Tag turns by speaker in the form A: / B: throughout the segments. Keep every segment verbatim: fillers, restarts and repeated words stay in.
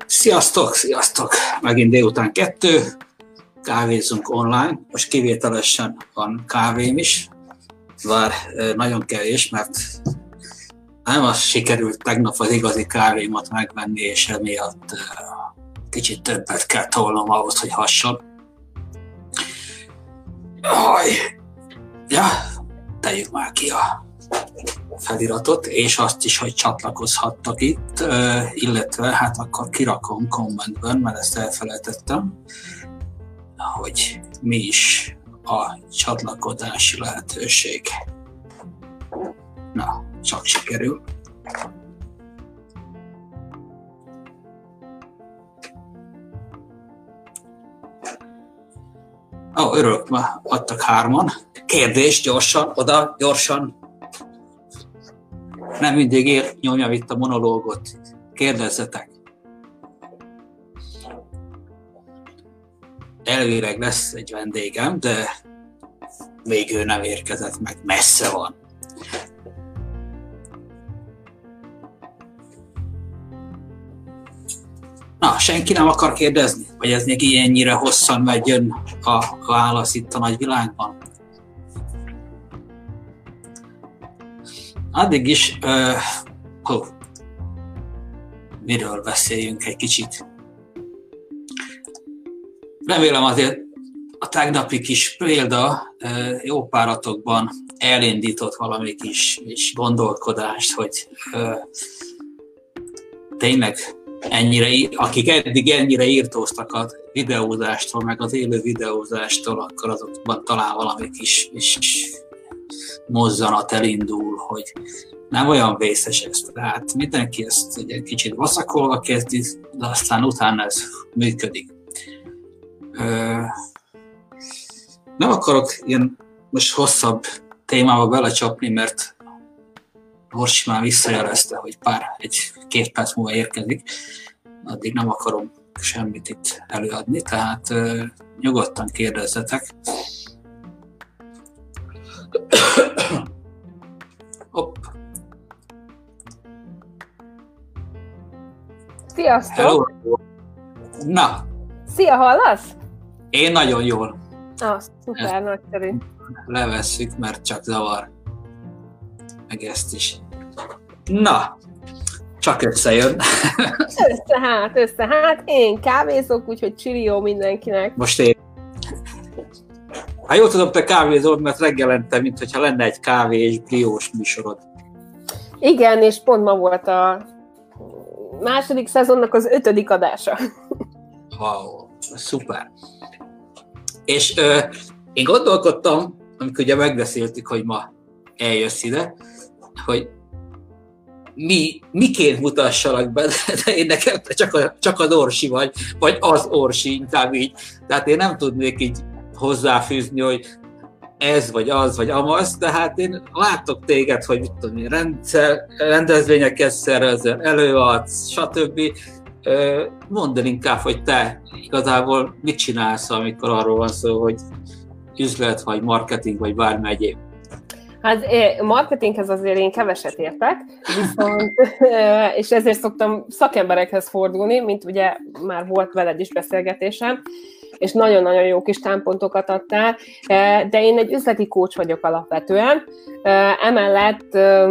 A: Sziasztok, sziasztok! Megint délután kettő, kávézunk online, most kivételesen van kávém is, bár nagyon kevés, mert nem az sikerült tegnap az igazi kávémat megvenni, és emiatt kicsit többet kell tolnom ahhoz, hogy hasson. Jaj. Ja, tegyük már ki a feliratot, és azt is, hogy csatlakozhattak itt, illetve hát akkor kirakom kommentben, mert ezt elfelejtettem, hogy mi is a csatlakozási lehetőség. Na, csak sikerül. Ó, oh, örülök, már adtak hárman. Kérdés, gyorsan, oda, gyorsan. Nem mindig ér, nyomjam itt a monológot. Kérdezzetek. Elvileg lesz egy vendégem, de még ő nem érkezett meg, messze van. Na, senki nem akar kérdezni? Vagy ez még ilyennyire hosszan megy jön a válasz itt a nagyvilágban? Addig is, uh, hú, miről beszéljünk egy kicsit. Remélem azért a tegnapi kis példa uh, jó páratokban elindított valami kis, kis gondolkodást, hogy uh, tényleg ennyire, akik eddig ennyire írtóztak a videózástól, meg az élő videózástól, akkor azokban talán valami kis, kis mozzanat elindul, hogy nem olyan vészes ez. Tehát mindenki ezt egy kicsit vaszakolva kezdi, de aztán utána ez működik. Nem akarok ilyen most hosszabb témába belecsapni, mert Orsi már visszajelezte, hogy pár, egy-két perc múlva érkezik. Addig nem akarom semmit itt előadni, tehát nyugodtan kérdezzetek. Hopp.
B: Sziasztok!
A: Hello. Na!
B: Szia, hallasz?
A: Én nagyon jól.
B: Ah, szuper, nagyszerű.
A: Levesszük, mert csak zavar. Meg ezt is. Na! Csak összejön.
B: Össze hát, össze hát. Én kávézok, úgyhogy csilió mindenkinek.
A: Most én. Hát jól tudom, te kávézol, mert reggelente, mintha lenne egy kávé és briós műsorod. Igen,
B: és pont ma volt a második szezonnak az ötödik adása.
A: Wow, szuper. És ö, én gondolkodtam, amikor ugye megbeszéltük, hogy ma eljössz ide, hogy mi, miként mutassalak be, de én nekem csak, a, csak az Orsi vagy, vagy az Orsi, inkább így. Tehát én nem tudnék így hozzáfűzni, hogy ez, vagy az, vagy amaz, tehát én látok téged, hogy mit tudom, rendszer, rendezvényeket szervezel, előadsz, stb. Mondd el inkább, hogy te igazából mit csinálsz, amikor arról van szó, hogy üzlet, vagy marketing, vagy bármi egyéb.
B: Hát marketinghez azért én keveset értek, viszont, és ezért szoktam szakemberekhez fordulni, mint ugye már volt veled is beszélgetésem, és nagyon-nagyon jó kis támpontokat adtál, de én egy üzleti coach vagyok alapvetően. Emellett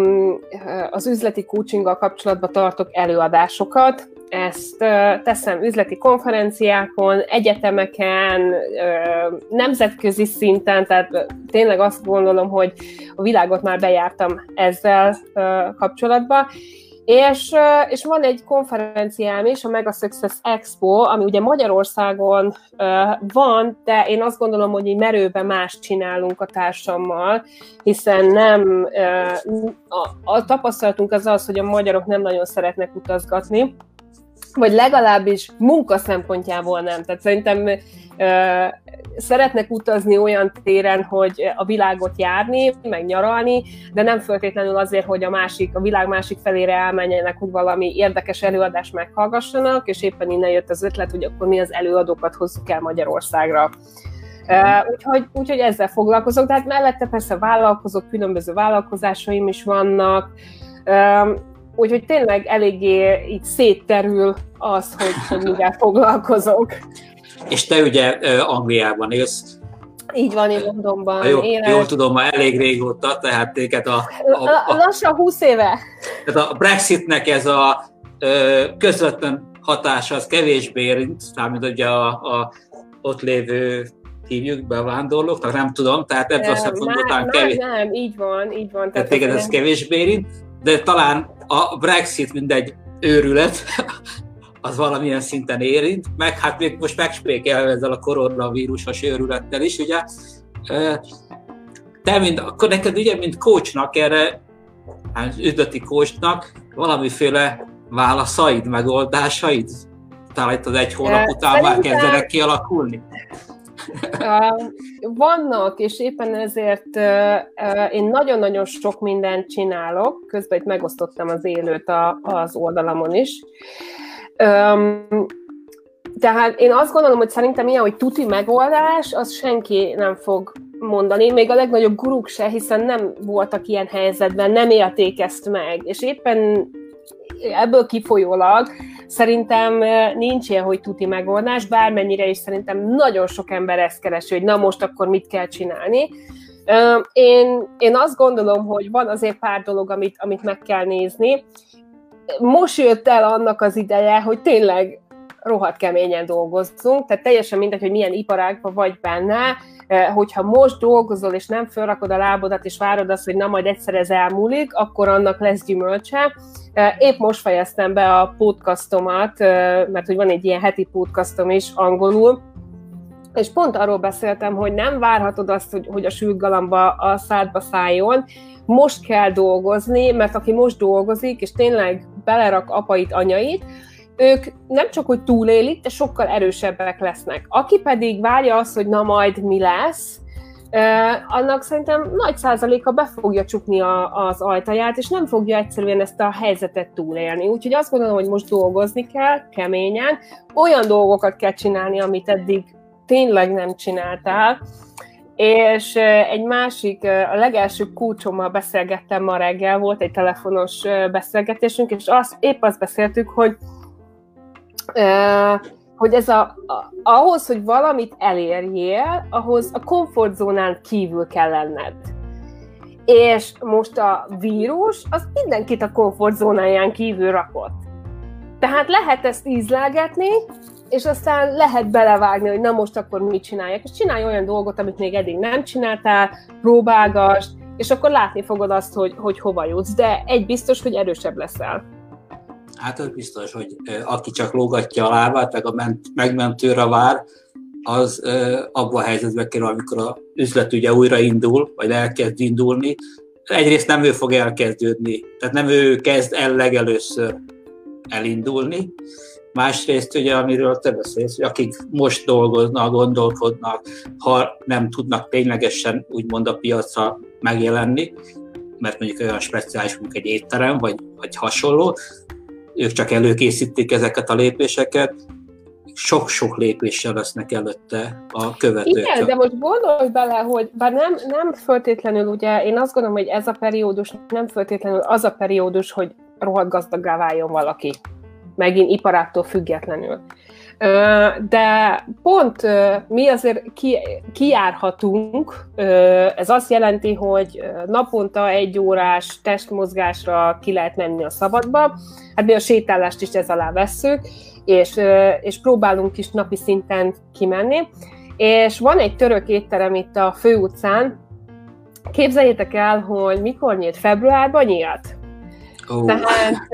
B: az üzleti coachinggal kapcsolatban tartok előadásokat, ezt teszem üzleti konferenciákon, egyetemeken, nemzetközi szinten, tehát tényleg azt gondolom, hogy a világot már bejártam ezzel kapcsolatban. És, és van egy konferenciám is, a Mega Success Expo, ami ugye Magyarországon van, de én azt gondolom, hogy így merőben más csinálunk a társammal, hiszen nem, a, a tapasztalatunk az az, hogy a magyarok nem nagyon szeretnek utazgatni, vagy legalábbis munka szempontjából nem. Tehát szerintem ö, szeretnek utazni olyan téren, hogy a világot járni, meg nyaralni, de nem feltétlenül azért, hogy a másik, a világ másik felére elmenjenek, hogy valami érdekes előadást meghallgassanak, és éppen innen jött az ötlet, hogy akkor mi az előadókat hozzuk el Magyarországra. Uh, úgyhogy, úgyhogy ezzel foglalkozok, de hát mellette persze vállalkozók, különböző vállalkozásaim is vannak. Uh, úgyhogy tényleg eléggé így szétterül az, hogy, hogy mivel foglalkozok.
A: És te ugye Angliában élsz.
B: Így van, én Londonban.
A: Ha jól,
B: élet.
A: jól tudom, már elég régóta, tehát téged a...
B: a, a, a lassan húsz éve.
A: Tehát a Brexitnek ez a ö, közvetlen hatása az kevésbé érint, mint ugye a, a ott lévő hívjuk bevándorlóknak, nem tudom, tehát ebből a szempontból talán kevés...
B: Nem, nem, így van, így van.
A: Tehát téged ez kevésbé érint, de talán a Brexit mindegy őrület, az valamilyen szinten érint, meg hát még most megspékelve ezzel a koronavírusos őrülettel is, ugye. Te, mint, akkor neked ugye, mint coachnak erre, üzleti coachnak valamiféle válaszaid, megoldásaid? Talán itt az egy hónap után Szerintem... már kezdenek kialakulni?
B: Vannak, és éppen ezért én nagyon-nagyon sok mindent csinálok, közben itt megosztottam az élőt az oldalamon is. Tehát én azt gondolom, hogy szerintem ilyen, hogy tuti megoldás, az senki nem fog mondani, még a legnagyobb guruk se, hiszen nem voltak ilyen helyzetben, nem élték ezt meg, és éppen ebből kifolyólag szerintem nincs ilyen, hogy tuti megoldás, bármennyire is szerintem nagyon sok ember ezt keresi, hogy na most akkor mit kell csinálni. Én, én azt gondolom, hogy van azért pár dolog, amit, amit meg kell nézni. Most jött el annak az ideje, hogy tényleg rohadt keményen dolgozzunk, tehát teljesen mindegy, hogy milyen iparágban vagy benne, hogyha most dolgozol, és nem fölrakod a lábodat, és várod azt, hogy na majd egyszer ez elmúlik, akkor annak lesz gyümölcse. Épp most fejeztem be a podcastomat, mert hogy van egy ilyen heti podcastom is angolul, és pont arról beszéltem, hogy nem várhatod azt, hogy, hogy a sült galamba a szádba szálljon, most kell dolgozni, mert aki most dolgozik, és tényleg belerak apait, anyait, ők nem csak, hogy túlélik, de sokkal erősebbek lesznek. Aki pedig várja azt, hogy na majd mi lesz, annak szerintem nagy százaléka be fogja csukni a, az ajtaját, és nem fogja egyszerűen ezt a helyzetet túlélni. Úgyhogy azt gondolom, hogy most dolgozni kell, keményen, olyan dolgokat kell csinálni, amit eddig tényleg nem csináltál, és egy másik, a legelső coachommal beszélgettem ma reggel, volt egy telefonos beszélgetésünk, és az, épp azt beszéltük, hogy hogy ez a, a, ahhoz, hogy valamit elérjél, ahhoz a komfortzónán kívül kell lenned. És most a vírus, az mindenkit a komfortzónáján kívül rakott. Tehát lehet ezt ízlelgetni, és aztán lehet belevágni, hogy na most akkor mit csináljak. És csinálj olyan dolgot, amit még eddig nem csináltál, próbálgasd, és akkor látni fogod azt, hogy, hogy hova jutsz. De egy biztos, hogy erősebb leszel.
A: Hát az biztos, hogy aki csak lógatja a lábát, meg a ment, megmentőre vár, az abban a helyzetben kerül, amikor az üzlet ugye újraindul, vagy elkezd indulni. Egyrészt nem ő fog elkezdődni, tehát nem ő kezd el legelőször elindulni. Másrészt ugye, amiről te beszélsz, hogy akik most dolgoznak, gondolkodnak, ha nem tudnak ténylegesen úgymond a piacra megjelenni, mert mondjuk olyan speciális, mondjuk egy étterem, vagy, vagy hasonló, ők csak előkészítik ezeket a lépéseket, sok-sok lépéssel lesznek előtte a követők.
B: Igen, de most gondolj bele, hogy bár nem, nem föltétlenül, ugye én azt gondolom, hogy ez a periódus nem föltétlenül az a periódus, hogy rohadt gazdaggá váljon valaki, megint iparáktól függetlenül. De pont mi azért kijárhatunk, ez azt jelenti, hogy naponta egy órás testmozgásra ki lehet menni a szabadba, hát mi a sétálást is ez alá vesszük, és, és próbálunk is napi szinten kimenni, és van egy török étterem itt a főutcán, képzeljétek el, hogy mikor nyílt? Februárban nyílt. Oh. Tehát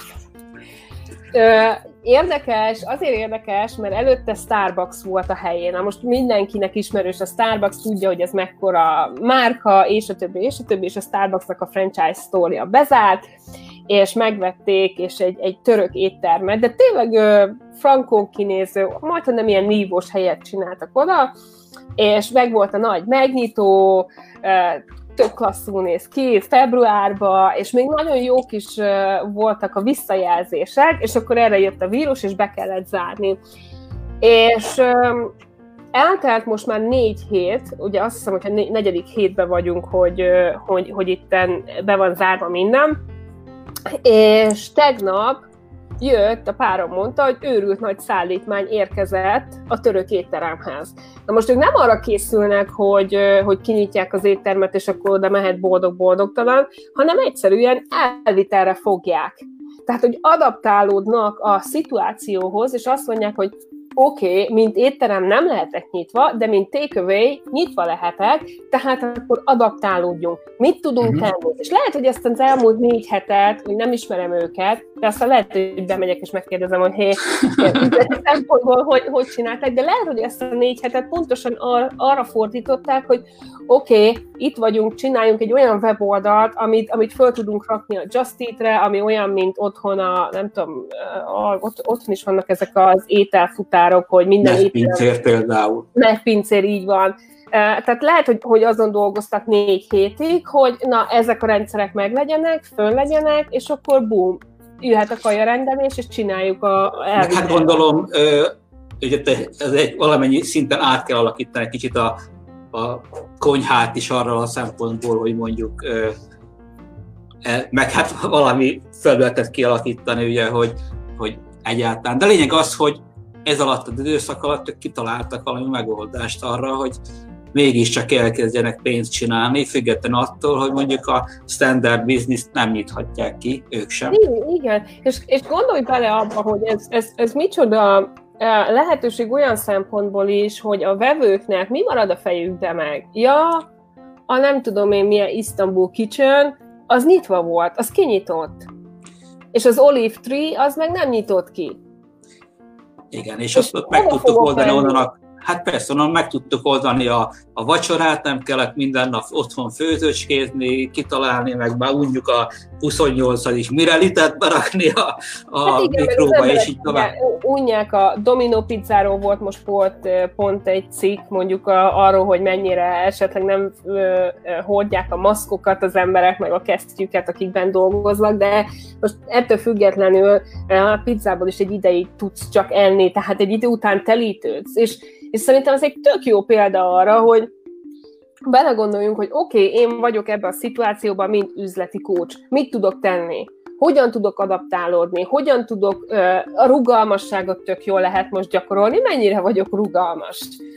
B: érdekes, azért érdekes, mert előtte Starbucks volt a helyén. Na most mindenkinek ismerős a Starbucks, tudja, hogy ez mekkora márka, és a többi, és a többi, és a Starbucksnak a franchise sztória bezárt, és megvették, és egy, egy török éttermet, de tényleg ö, frankon kinéző, majdnem nem ilyen nívós helyet csináltak oda, és meg volt a nagy megnyitó, ö, tök klasszul néz ki, februárban, és még nagyon jók is voltak a visszajelzések, és akkor erre jött a vírus, és be kellett zárni. És eltelt most már négy hét, ugye azt hiszem, hogy a negyedik hétben vagyunk, hogy, hogy, hogy itten be van zárva minden, és tegnap jött, a párom mondta, hogy őrült nagy szállítmány érkezett a török étteremhez. Na most ők nem arra készülnek, hogy, hogy kinyitják az éttermet, és akkor oda mehet boldog-boldogtalan, hanem egyszerűen elvitelre fogják. Tehát, hogy adaptálódnak a szituációhoz, és azt mondják, hogy oké, okay, mint étterem nem lehetek nyitva, de mint takeaway nyitva lehetek, tehát akkor adaptálódjunk. Mit tudunk uh-huh. tenni? És lehet, hogy ezt az elmúlt négy hetet, hogy nem ismerem őket, de aztán lehet, hogy bemegyek és megkérdezem, hogy hé, szempontból hogy, hogy csinálták, de lehet, hogy ezt a négy hetet pontosan ar- arra fordították, hogy oké, okay, itt vagyunk, csináljunk egy olyan weboldalt, amit, amit föl tudunk rakni a Just Eat-re, ami olyan, mint otthon a, nem tudom, a, ott, otthon is vannak ezek az ételfutárok, hogy minden étel...
A: Megpincér például.
B: Megpincér, így van. Tehát lehet, hogy, hogy azon dolgoztak négy hétig, hogy na, ezek a rendszerek meglegyenek, föllegyenek, és akkor bum, jöhet a kajarendelés, és csináljuk a...
A: Hát gondolom, ugye ez egy valamennyi szinten át kell alakítani egy kicsit a a konyhát is arra a szempontból, hogy mondjuk meg hát valami felületet kialakítani, ugye, hogy, hogy egyáltalán. De lényeg az, hogy ez alatt az időszak alatt ők kitaláltak valami megoldást arra, hogy mégiscsak elkezdjenek pénzt csinálni, függetlenül attól, hogy mondjuk a standard business nem nyithatják ki, ők sem.
B: Igen, és, és gondolj bele abba, hogy ez, ez, ez micsoda lehetőség olyan szempontból is, hogy a vevőknek mi marad a fejükbe meg? Ja, a nem tudom én milyen Istanbul Kitchen, az nyitva volt, az kinyitott. És az Olive Tree, az meg nem nyitott ki.
A: Igen, és, és azt ott meg tudtuk oldani onnan, hát persze, onnan meg tudtuk oldani a, a vacsorát, nem kellett minden nap otthon főzőcskézni, kitalálni, meg már unjuk a huszonnyolcadik mirelitet berakni a, a hát igen, mikróba, és így tovább.
B: Unják a Domino pizzáról volt most volt pont egy cikk, mondjuk a, arról, hogy mennyire esetleg nem ö, hordják a maszkokat az emberek, meg a kesztyűket, akikben dolgoznak, de most ettől függetlenül a pizzából is egy ideig tudsz csak enni, tehát egy idő után telítődsz, és És szerintem ez egy tök jó példa arra, hogy belegondoljunk, hogy oké, okay, én vagyok ebben a szituációban, mint üzleti coach. Mit tudok tenni? Hogyan tudok adaptálódni? Hogyan tudok, a rugalmasságot tök jól lehet most gyakorolni? Mennyire vagyok rugalmas?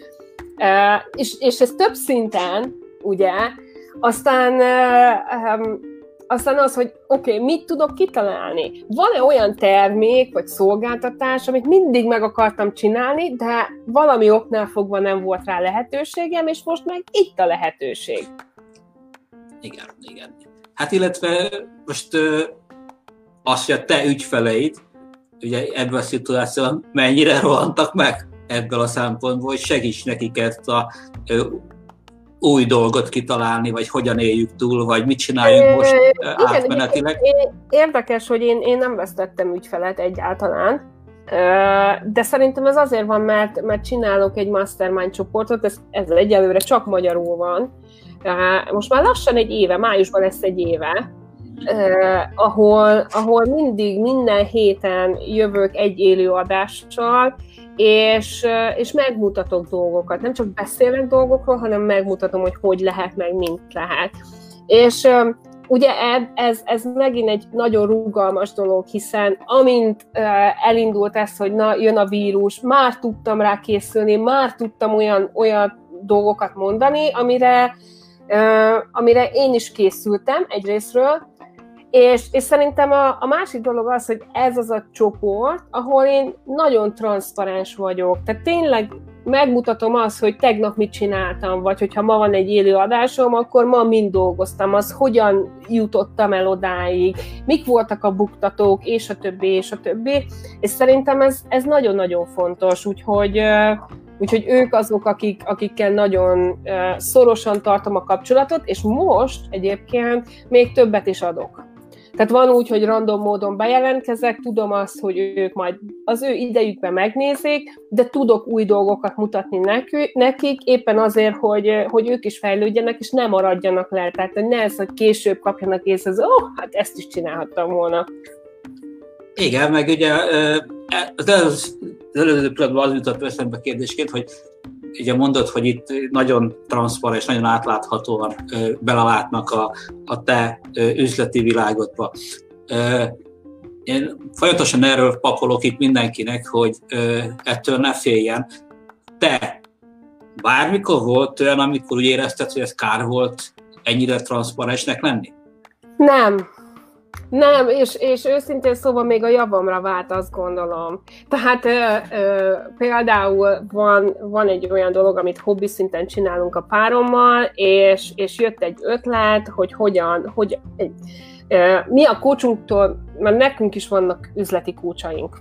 B: És, és ez több szinten, ugye, aztán... Aztán az, hogy oké, okay, mit tudok kitalálni? Van-e olyan termék vagy szolgáltatás, amit mindig meg akartam csinálni, de valami oknál fogva nem volt rá lehetőségem, és most meg itt a lehetőség.
A: Igen, igen. Hát illetve most azt, hogy a te ügyfeleid, ugye ebben a szituációban mennyire rohantak meg ebből a szempontból, hogy segíts nekik ezt a új dolgot kitalálni, vagy hogyan éljük túl, vagy mit csináljunk most é, átmenetileg?
B: Igen, érdekes, hogy én, én nem vesztettem ügyfelet egyáltalán, de szerintem ez azért van, mert, mert csinálok egy mastermind csoportot, ez, ez egyelőre csak magyarul van. Most már lassan egy éve, májusban lesz egy éve, ahol, ahol mindig, minden héten jövök egy élő adással, És, és megmutatok dolgokat. Nem csak beszélek dolgokról, hanem megmutatom, hogy hogy lehet, meg mint lehet. És ugye ez, ez megint egy nagyon rugalmas dolog, hiszen amint elindult ez, hogy na, jön a vírus, már tudtam rá készülni, már tudtam olyan, olyan dolgokat mondani, amire, amire én is készültem egyrészről, És, és szerintem a, a másik dolog az, hogy ez az a csoport, ahol én nagyon transzparens vagyok. Tehát tényleg megmutatom azt, hogy tegnap mit csináltam, vagy hogyha ma van egy élő adásom, akkor ma mind dolgoztam, az hogyan jutottam el odáig, mik voltak a buktatók, és a többi, és a többi. És szerintem ez, ez nagyon-nagyon fontos, úgyhogy... Úgyhogy ők azok, akik, akikkel nagyon uh, szorosan tartom a kapcsolatot, és most egyébként még többet is adok. Tehát van úgy, hogy random módon bejelentkezek, tudom azt, hogy ők majd az ő idejükben megnézik, de tudok új dolgokat mutatni nekik, éppen azért, hogy, hogy ők is fejlődjenek, és ne maradjanak le. Tehát hogy ne ez, hogy később kapjanak észre, hogy oh, hát ezt is csinálhattam volna.
A: Igen, meg ugye az előző pillanatban az jutott eszembe kérdésként, hogy ugye mondod, hogy itt nagyon transzparens, nagyon átláthatóan belelátnak a, a te üzleti világodba. Én folyamatosan erről pakolok itt mindenkinek, hogy ettől ne féljen. Te bármikor volt olyan, amikor úgy érezted, hogy ez kár volt ennyire transzparensnek lenni?
B: Nem. Nem, és, és őszintén szóval még a javamra vált, azt gondolom. Tehát ö, ö, például van, van egy olyan dolog, amit hobbi szinten csinálunk a párommal, és, és jött egy ötlet, hogy hogyan, hogy, ö, mi a coachunktól, mert nekünk is vannak üzleti coachaink.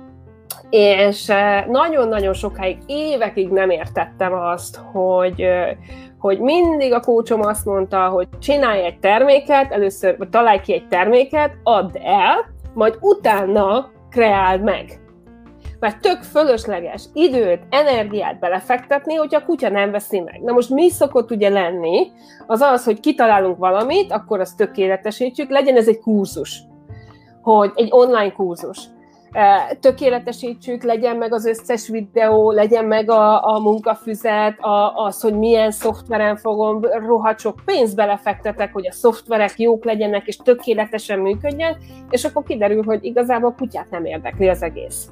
B: És nagyon-nagyon sokáig, évekig nem értettem azt, hogy, hogy mindig a coachom azt mondta, hogy csinálj egy terméket, először vagy találj ki egy terméket, add el, majd utána kreáld meg. Mert tök fölösleges időt, energiát belefektetni, hogyha a kutya nem veszi meg. Na most mi szokott ugye lenni, az az, hogy kitalálunk valamit, akkor azt tökéletesítjük, legyen ez egy kurzus, hogy egy online kurzus. Tökéletesítsük, legyen meg az összes videó, legyen meg a, a munkafüzet, a, az, hogy milyen szoftveren fogom, rohadt sok pénzt belefektetek, hogy a szoftverek jók legyenek, és tökéletesen működjen, és akkor kiderül, hogy igazából a kutyát nem érdekli az egész.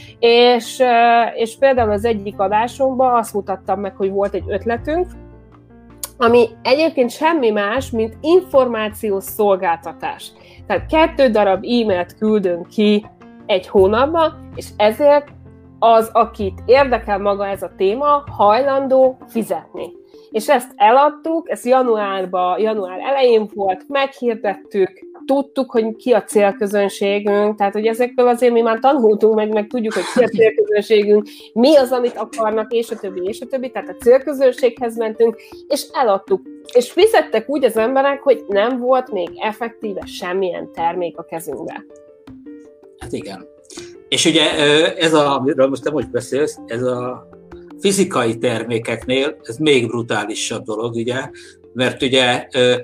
B: És, és például az egyik adásomban azt mutattam meg, hogy volt egy ötletünk, ami egyébként semmi más, mint információs szolgáltatás. Tehát kettő darab e-mailt küldünk ki egy hónapban, és ezért az, akit érdekel maga ez a téma, hajlandó fizetni. És ezt eladtuk, ez januárban, január elején volt, meghirdettük, tudtuk, hogy ki a célközönségünk, tehát hogy ezekből azért mi már tanultunk meg, meg tudjuk, hogy ki a célközönségünk, mi az, amit akarnak, és a többi, és a többi, tehát a célközönséghez mentünk, és eladtuk. És fizettek úgy az emberek, hogy nem volt még effektíve semmilyen termék a kezünkbe.
A: Hát igen. És ugye ez a, amiről most te most beszélsz, ez a fizikai termékeknél, ez még brutálisabb dolog, ugye, mert ugye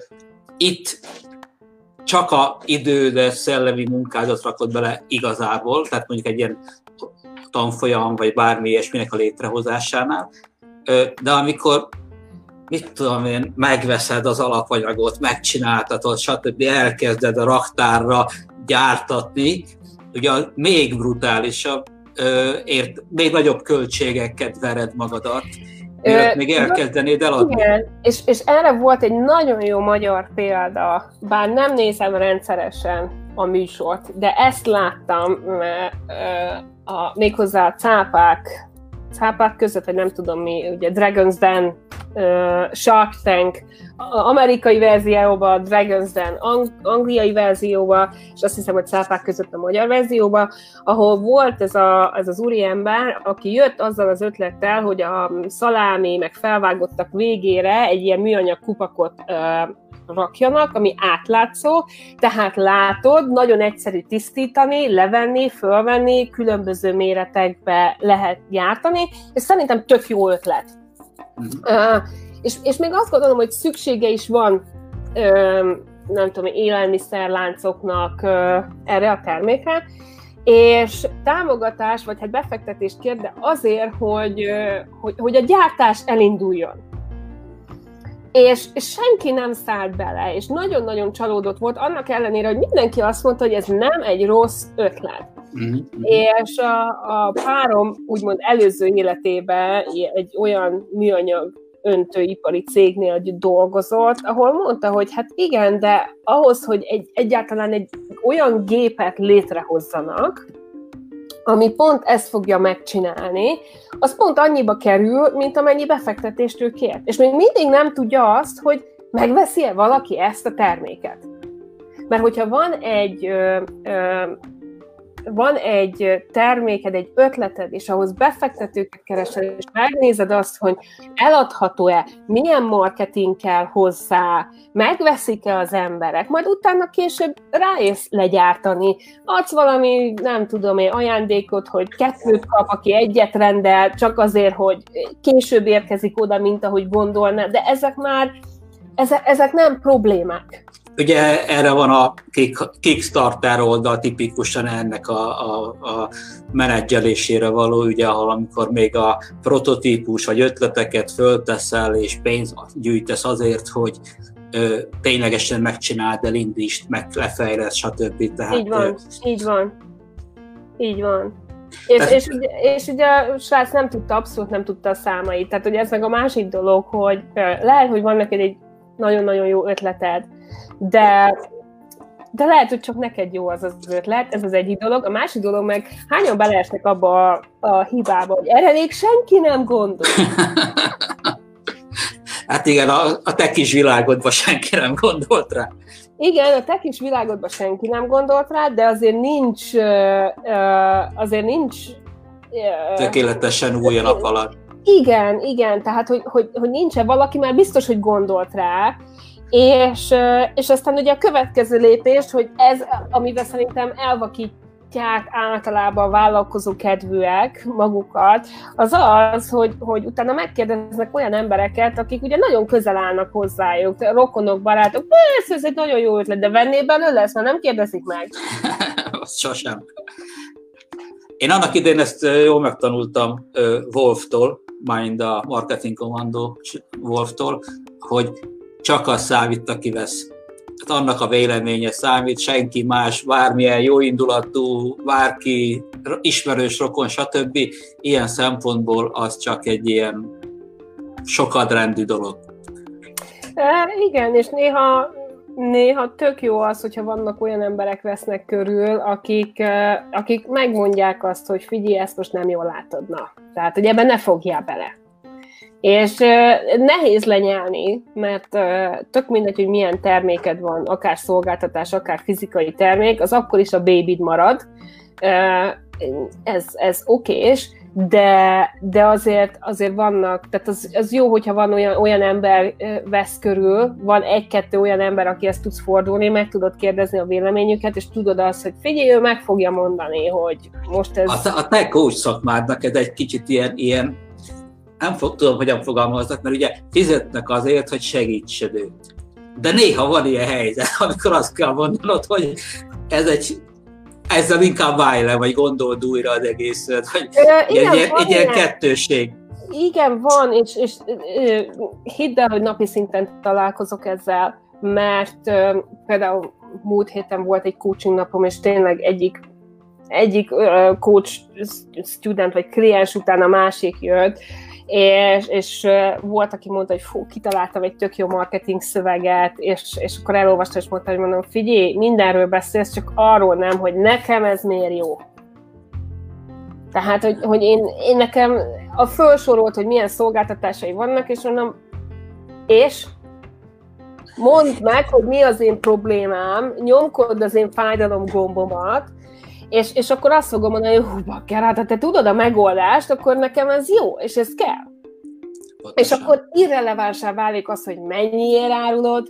A: itt csak a idő, de szellemi munkádat rakod bele igazából, tehát mondjuk egy ilyen tanfolyam, vagy bármi ilyesminek a létrehozásánál, de amikor mit tudom én, megveszed az alapanyagot, megcsináltatod, stb. Elkezded a raktárra gyártatni, ugye még brutálisabb, ért, még nagyobb költségeket vered magadat, mielőtt még elkezdenéd eladni.
B: Igen, és, és erre volt egy nagyon jó magyar példa, bár nem nézem rendszeresen a műsort, de ezt láttam a, méghozzá a cápák, cápák között, vagy nem tudom mi, ugye Dragon's Den, uh, Shark Tank, amerikai verzióban, Dragon's Den ang- angliai verzióban, és azt hiszem, hogy cápák között a magyar verzióban, ahol volt ez, a, ez az úriember, aki jött azzal az ötlettel, hogy a szalámi, meg felvágottak végére egy ilyen műanyag kupakot uh, rakjanak, ami átlátszó, tehát látod, nagyon egyszerű tisztítani, levenni, fölvenni, különböző méretekbe lehet gyártani, és szerintem tök jó ötlet. Mm-hmm. Uh, és, és még azt gondolom, hogy szüksége is van uh, nem tudom, élelmiszerláncoknak uh, erre a termékre, és támogatás, vagy hát befektetést kér, de azért, hogy, uh, hogy, hogy a gyártás elinduljon. És, és senki nem szállt bele, és nagyon-nagyon csalódott volt, annak ellenére, hogy mindenki azt mondta, hogy ez nem egy rossz ötlet. Mm-hmm. És a, a párom úgymond előző életében egy olyan műanyag öntőipari cégnél dolgozott, ahol mondta, hogy hát igen, de ahhoz, hogy egy, egyáltalán egy olyan gépet létrehozzanak, ami pont ezt fogja megcsinálni, az pont annyiba kerül, mint amennyi befektetést ő kért. És még mindig nem tudja azt, hogy megveszi-e valaki ezt a terméket. Mert hogyha van egy, ö, ö, van egy terméked, egy ötleted, és ahhoz befektetőket keresel, és megnézed azt, hogy eladható-e, milyen marketing kell hozzá, megveszik-e az emberek, majd utána később ráész legyártani. Adsz valami, nem tudom én, ajándékot, hogy kettőt kap, aki egyet rendel, csak azért, hogy később érkezik oda, mint ahogy gondolna, de ezek már, ezek, ezek nem problémák.
A: Ugye erre van a Kickstarter oldal tipikusan ennek a, a, a menedzselésére való, ugye, ahol amikor még a prototípus vagy ötleteket fölteszel és pénzt gyűjtesz azért, hogy ö, ténylegesen megcsináld, elindítsd, meg lefejlesz, stb. Tehát,
B: így van,
A: ö,
B: így van. Így van. És,
A: tehát,
B: és, ugye, és ugye a srác nem tudta, abszolút nem tudta a számait. Tehát ugye ez meg a másik dolog, hogy lehet, hogy van neked egy nagyon-nagyon jó ötleted, de, de lehet, hogy csak neked jó az az ötlet, ez az egyik dolog. A másik dolog meg, hányan beleesnek abba a, a hibába, hogy erre még senki nem gondol.
A: Hát igen, a, a te kis világodban senki nem gondolt rá.
B: Igen, a te kis világodban senki nem gondolt rá, de azért nincs, azért nincs...
A: Tökéletesen új nap alatt.
B: Igen, igen, tehát, hogy, hogy, hogy nincs-e valaki, már biztos, hogy gondolt rá, és, és aztán ugye a következő lépés, hogy ez, amivel szerintem elvakítják általában a vállalkozó kedvűek magukat, az az, hogy, hogy utána megkérdeznek olyan embereket, akik ugye nagyon közel állnak hozzájuk, rokonok, barátok, persze, ez egy nagyon jó ötlet, de vennél belőle, ezt már nem kérdezik meg.
A: Azt sosem. Én annak idején ezt jól megtanultam Wolftól, mind a Marketing Commando Wolftól, hogy csak az számít, aki vesz. Hát annak a véleménye számít, senki más, bármilyen jóindulatú, bárki, ismerős, rokon, stb. Ilyen szempontból az csak egy ilyen sokadrendű dolog.
B: E, igen, és néha, néha tök jó az, hogyha vannak olyan emberek vesznek körül, akik, akik megmondják azt, hogy figyelj, ezt most nem jól látod, na. Tehát, hogy ebben ne fogjál bele. És uh, nehéz lenyelni, mert uh, tök mindegy, hogy milyen terméked van, akár szolgáltatás, akár fizikai termék, az akkor is a babyd marad. Uh, ez ez okés, de, de azért, azért vannak, tehát az, az jó, hogyha van olyan, olyan ember vesz körül, van egy-kettő olyan ember, akihez tudsz fordulni, meg tudod kérdezni a véleményüket, és tudod azt, hogy figyelj, ő meg fogja mondani, hogy most ez...
A: A te, a te coach szakmádnak ez egy kicsit ilyen, ilyen nem fog, tudom, hogyan fogalmaznak, mert ugye fizetnek azért, hogy segítsed őt. De néha van ilyen helyzet, amikor azt kell mondanod, hogy ez egy, ezzel inkább válj le, vagy gondold újra az egészet, hogy Ö, igen, egy, egy ilyen kettőség.
B: Igen, van, és, és hidd el, hogy napi szinten találkozok ezzel, mert például múlt héten volt egy coaching napom, és tényleg egyik egyik coach student, vagy kliens után a másik jött, és, és volt, aki mondta, hogy fú, kitaláltam egy tök jó marketing szöveget, és, és akkor elolvasta, és mondta, hogy mondom, figyelj, mindenről beszélsz, csak arról nem, hogy nekem ez miért jó. Tehát, hogy, hogy én, én nekem a felsorolt, hogy milyen szolgáltatásai vannak, és mondom, és mondd meg, hogy mi az én problémám, nyomkodd az én fájdalom gombomat, És, és akkor azt fogom mondani, hogy hú, bakker, hát ha te tudod a megoldást, akkor nekem ez jó, és ez kell. Pontosan. És akkor irrelevánsá válik az, hogy mennyiért árulod,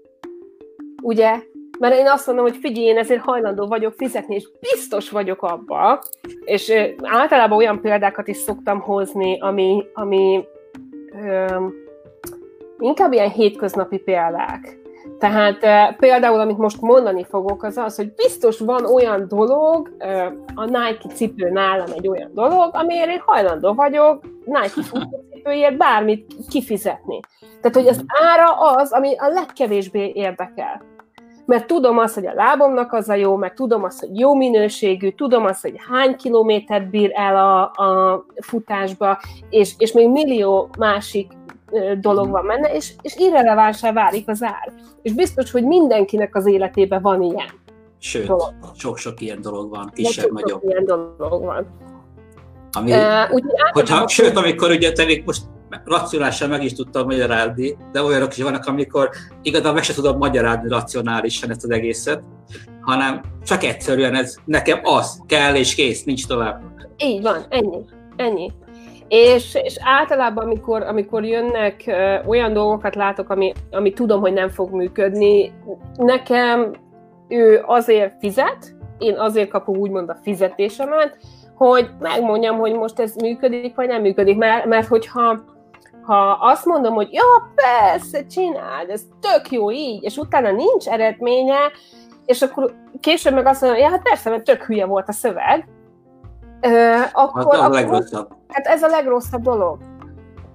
B: ugye? Mert én azt mondom, hogy figyelj, én ezért hajlandó vagyok fizetni, és biztos vagyok abba, és általában olyan példákat is szoktam hozni, ami, ami öm, inkább ilyen hétköznapi példák. Tehát e, például, amit most mondani fogok, az az, hogy biztos van olyan dolog, e, a Nike cipő nálam egy olyan dolog, amiért én hajlandó vagyok Nike futócipőért bármit kifizetni. Tehát, hogy az ára az, ami a legkevésbé érdekel. Mert tudom azt, hogy a lábomnak az a jó, meg tudom azt, hogy jó minőségű, tudom azt, hogy hány kilométert bír el a, a futásba, és, és még millió másik dolog van benne, és, és irrelevánsá válik az ár. És biztos, hogy mindenkinek az életében van ilyen.
A: Sőt, dolog. sok-sok ilyen dolog van, kisebb-nagyobb.
B: Ilyen dolog van.
A: Ami, uh, úgy, hogyha, sőt, amikor ugye te még most racionálisan meg is tudtam magyarázni, de olyanok is vannak, amikor igazán meg se tudom magyarázni racionálisan ezt az egészet, hanem csak egyszerűen ez nekem az kell, és kész, nincs tovább.
B: Így van, ennyi, ennyi. És, és általában, amikor, amikor jönnek uh, olyan dolgokat látok, ami, ami tudom, hogy nem fog működni, nekem ő azért fizet, én azért kapom úgymond a fizetésemet, hogy megmondjam, hogy most ez működik, vagy nem működik, mert, mert hogyha ha azt mondom, hogy ja, persze, csináld, ez tök jó így, és utána nincs eredménye, és akkor később meg azt mondom, ja, hát persze, mert tök hülye volt a szöveg, Uh, akkor,
A: az a
B: akkor
A: legrosszabb.
B: Hát ez a legrosszabb dolog.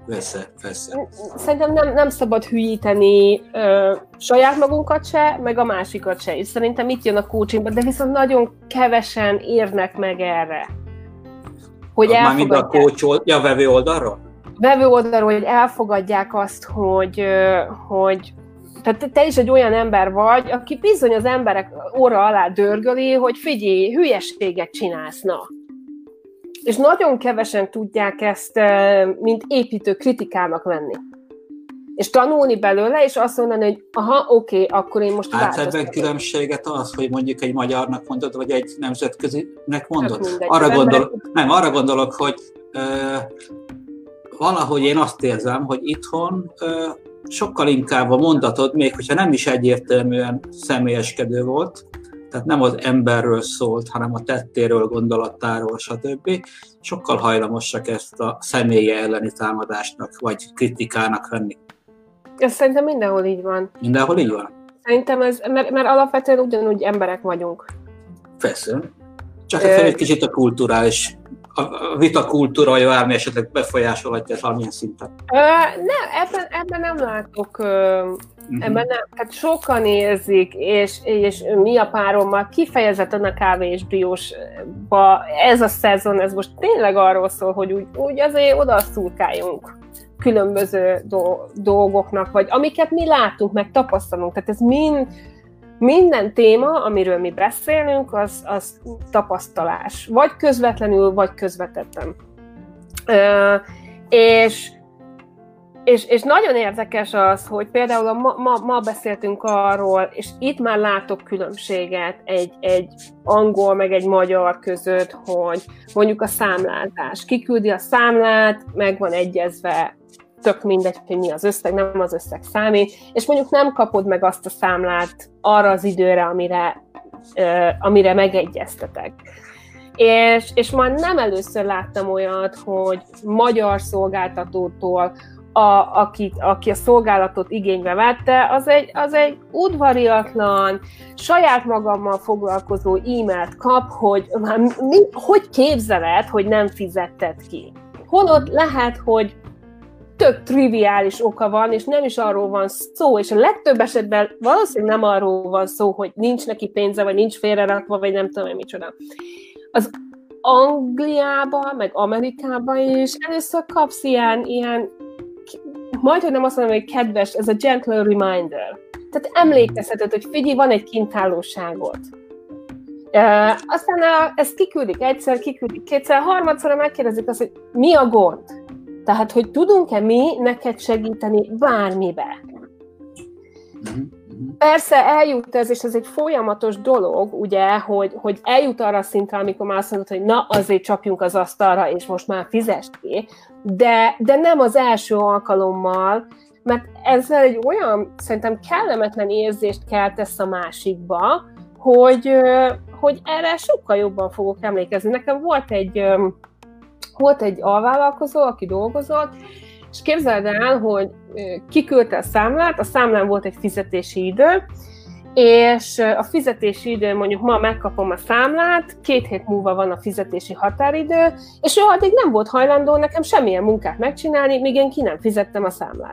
A: Persze, persze.
B: Szerintem nem, nem szabad hülyíteni ö, saját magunkat se, meg a másikat se. És szerintem itt jön a coachingba, de viszont nagyon kevesen érnek meg erre. Hogy
A: elfogadják. Már mind a coach old, ja, vevő oldalról?
B: Vevő oldalról, hogy elfogadják azt, hogy, hogy tehát te is egy olyan ember vagy, aki bizony az emberek óra alá dörgöli, hogy figyelj, hülyeséget csinálsz, na. És nagyon kevesen tudják ezt, mint építő kritikának venni. És tanulni belőle, és azt mondani, hogy aha, oké, okay, akkor én most
A: változtatom. Hát ebben különbséget az, hogy mondjuk egy magyarnak mondod, vagy egy nemzetközinek mondod? Arra gondolok, nem, arra gondolok, hogy ö, valahogy én azt érzem, hogy itthon ö, sokkal inkább a mondatod, még hogyha nem is egyértelműen személyeskedő volt, tehát nem az emberről szólt, hanem a tettéről, gondolatáról, stb. Sokkal hajlamosak ezt a személye elleni támadásnak, vagy kritikának venni.
B: Ez szerintem mindenhol így van.
A: Mindenhol így van?
B: Szerintem ez, mert, mert alapvetően ugyanúgy emberek vagyunk.
A: Persze. Csak egy, egy kicsit a kulturális, a vita kultúra, vagy bármi esetleg befolyásolhatja valamilyen szinten.
B: Ö, nem, ebben, ebben nem látok, ö, uh-huh. ebben nem. Hát sokan érzik, és, és mi a párommal kifejezetten a kávé és briósba ez a szezon, ez most tényleg arról szól, hogy úgy, úgy azért oda szurkáljunk különböző dolgoknak, vagy amiket mi látunk, meg tapasztalunk. Tehát ez mind, minden téma, amiről mi beszélünk, az, az tapasztalás. Vagy közvetlenül, vagy közvetetten. Ö, és, és, és nagyon érdekes az, hogy például a ma, ma, ma beszéltünk arról, és itt már látok különbséget egy, egy angol meg egy magyar között, hogy mondjuk a számlázás. Kiküldi a számlát, meg van egyezve, tök mindegy, hogy mi az összeg, nem az összeg számít, és mondjuk nem kapod meg azt a számlát arra az időre, amire, uh, amire megegyeztetek. És, és már nem először láttam olyat, hogy magyar szolgáltatótól, a, aki, aki a szolgálatot igénybe vette, az egy, az egy udvariatlan, saját magammal foglalkozó e-mailt kap, hogy már mi, hogy képzeled, hogy nem fizetted ki. Holott lehet, hogy tök triviális oka van, és nem is arról van szó, és a legtöbb esetben valószínűleg nem arról van szó, hogy nincs neki pénze, vagy nincs félrerakva, vagy nem tudom, micsoda. Az Angliában, meg Amerikában is először kapsz ilyen, ilyen majdhogy nem azt mondom, hogy kedves, ez a gentle reminder. Tehát emlékezheted, hogy figyelj, van egy kintálóságod. Uh, aztán a, ezt kiküldik egyszer, kiküldik kétszer, harmadszorra megkérdezik azt, hogy mi a gond? Tehát, hogy tudunk-e mi neked segíteni bármibe? Persze eljut ez, és ez egy folyamatos dolog, ugye, hogy, hogy eljut arra a szintre, amikor már azt mondod, hogy na, azért csapjunk az asztalra, és most már fizest ki, de, de nem az első alkalommal, mert ezzel egy olyan, szerintem kellemetlen érzést keltesz a másikba, hogy, hogy erre sokkal jobban fogok emlékezni. Nekem volt egy, volt egy alvállalkozó, aki dolgozott, és képzeld el, hogy kiküldte a számlát, a számlán volt egy fizetési idő, és a fizetési idő, mondjuk ma megkapom a számlát, két hét múlva van a fizetési határidő, és ő addig nem volt hajlandó nekem semmilyen munkát megcsinálni, míg én ki nem fizettem a számlát.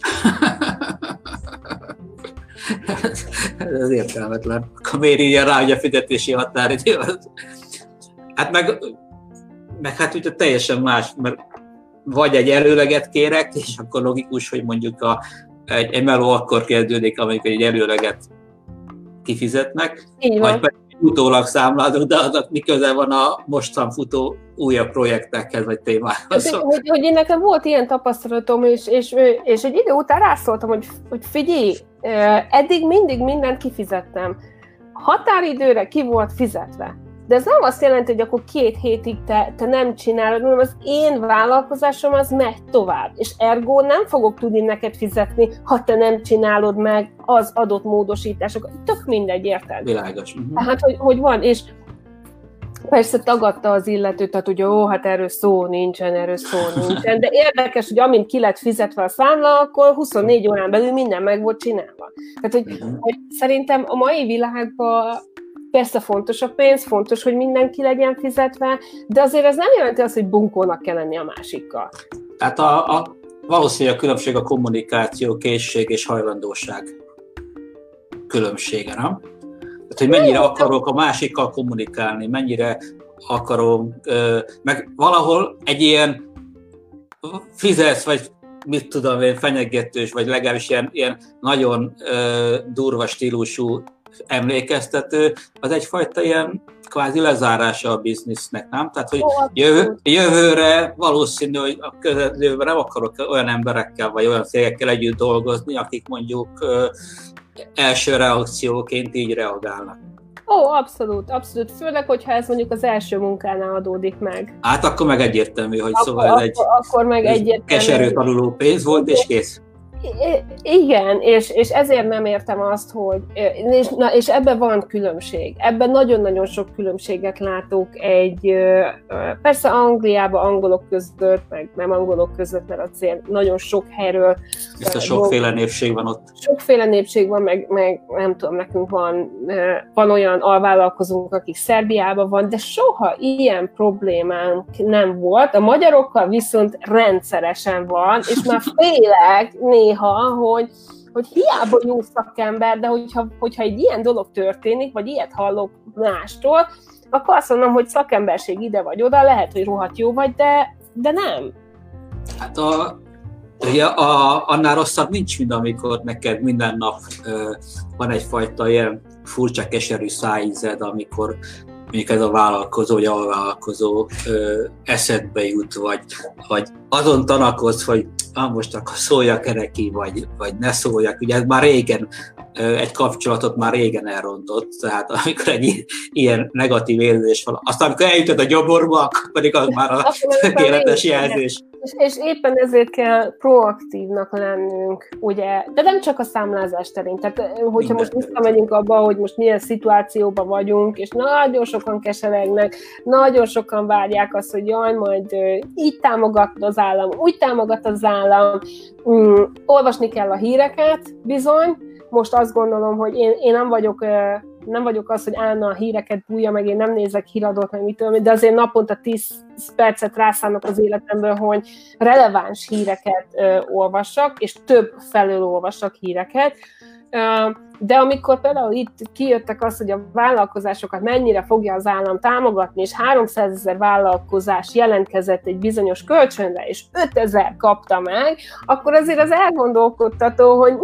A: Ez értelmetlen. Akkor miért írja rá, hogy a fizetési határidő? Hát meg, meg hát ugye teljesen más, mert vagy egy előleget kérek, és akkor logikus, hogy mondjuk a, egy, egy meló akkor kezdődik, amikor egy előleget kifizetnek, vagy pedig utólag számlálok, de annak mi köze van a mostan futó újabb projektekhez, vagy témához.
B: Hogy, hogy, hogy én nekem volt ilyen tapasztalatom, és, és, és egy idő után rászóltam, hogy, hogy figyelj, eddig mindig mindent kifizettem. Határidőre ki volt fizetve. De ez nem azt jelenti, hogy akkor két hétig te, te nem csinálod, hanem az én vállalkozásom az megy tovább. És ergo nem fogok tudni neked fizetni, ha te nem csinálod meg az adott módosításokat. Tök mindegy, érted?
A: Világos. Uh-huh.
B: Tehát, hogy, hogy van, és persze tagadta az illetőt, tehát ugye, ó, hát erről szó nincsen, erről szó nincsen, de érdekes, hogy amint ki lett fizetve a számla, akkor huszonnégy órán belül minden meg volt csinálva. Tehát, hogy, uh-huh. hogy szerintem a mai világban persze fontos a pénz, fontos, hogy mindenki legyen fizetve, de azért ez nem jelenti azt, hogy bunkónak kell lenni a másikkal.
A: Tehát a, a, valószínűleg a különbség a kommunikáció, készség és hajlandóság különbsége, nem? Tehát, hogy mennyire akarok a másikkal kommunikálni, mennyire akarom, meg valahol egy ilyen fizetsz, vagy mit tudom én, fenyegetős, vagy legalábbis ilyen, ilyen nagyon durva stílusú emlékeztető, az egyfajta ilyen kvázi lezárása a biznisznek, nem? Tehát, hogy jövő, jövőre valószínű, hogy a közeljövőben nem akarok olyan emberekkel, vagy olyan cégekkel együtt dolgozni, akik mondjuk első reakcióként így reagálnak.
B: Ó, abszolút, abszolút. Főleg, hogyha ez mondjuk az első munkánál adódik meg.
A: Hát akkor meg egyértelmű, hogy
B: akkor,
A: szóval ez egy
B: akkor meg egyértelmű.
A: keserű tanuló pénz volt, és kész.
B: Igen, és, és ezért nem értem azt, hogy, és, na, és ebben van különbség. Ebben nagyon-nagyon sok különbséget látok egy, persze Angliában angolok között, meg nem angolok között, mert azért nagyon sok helyről.
A: Ezt a sokféle népség van ott.
B: Sokféle népség van, meg, meg nem tudom, nekünk van, van olyan alvállalkozónk, akik Szerbiában van, de soha ilyen problémánk nem volt. A magyarokkal viszont rendszeresen van, és már félek néha, hogy, hogy hiába jó szakember, de hogyha, hogyha egy ilyen dolog történik, vagy ilyet hallok mástól, akkor azt mondom, hogy szakemberség ide vagy oda, lehet, hogy rohadt jó vagy, de, de nem.
A: Hát a, ugye a, annál rosszabb nincs, mint amikor neked minden nap ö, van egyfajta ilyen furcsa, keserű szájízed, amikor mondjuk ez a vállalkozó, vagy a vállalkozó ö, eszedbe jut, vagy, vagy azon tanakodsz, hogy ah, most akkor szóljak neki, vagy, vagy ne szóljak. Ugye ez már régen, ö, egy kapcsolatot már régen elrontott, tehát amikor egy ilyen negatív érzés van, aztán amikor eljutott a gyoborba, akkor pedig az már a tökéletes jelzés.
B: És, és éppen ezért kell proaktívnak lennünk, ugye, de nem csak a számlázás terén, tehát hogyha minden most visszamegyünk abba, hogy most milyen szituációban vagyunk, és nagyon sokan keseregnek, nagyon sokan várják azt, hogy jaj, majd így támogat az állam, úgy támogat az állam, mm, olvasni kell a híreket, bizony, most azt gondolom, hogy én, én nem vagyok nem vagyok az, hogy állna a híreket bújja, meg én nem nézek híradót, meg mitől, de azért naponta tíz percet rászánok az életemből, hogy releváns híreket ö, olvassak, és több felől olvassak híreket. Ö, de amikor például itt kijöttek az, hogy a vállalkozásokat mennyire fogja az állam támogatni, és háromszázezer vállalkozás jelentkezett egy bizonyos kölcsönre, és ötezer kapta meg, akkor azért az elgondolkodtató, hogy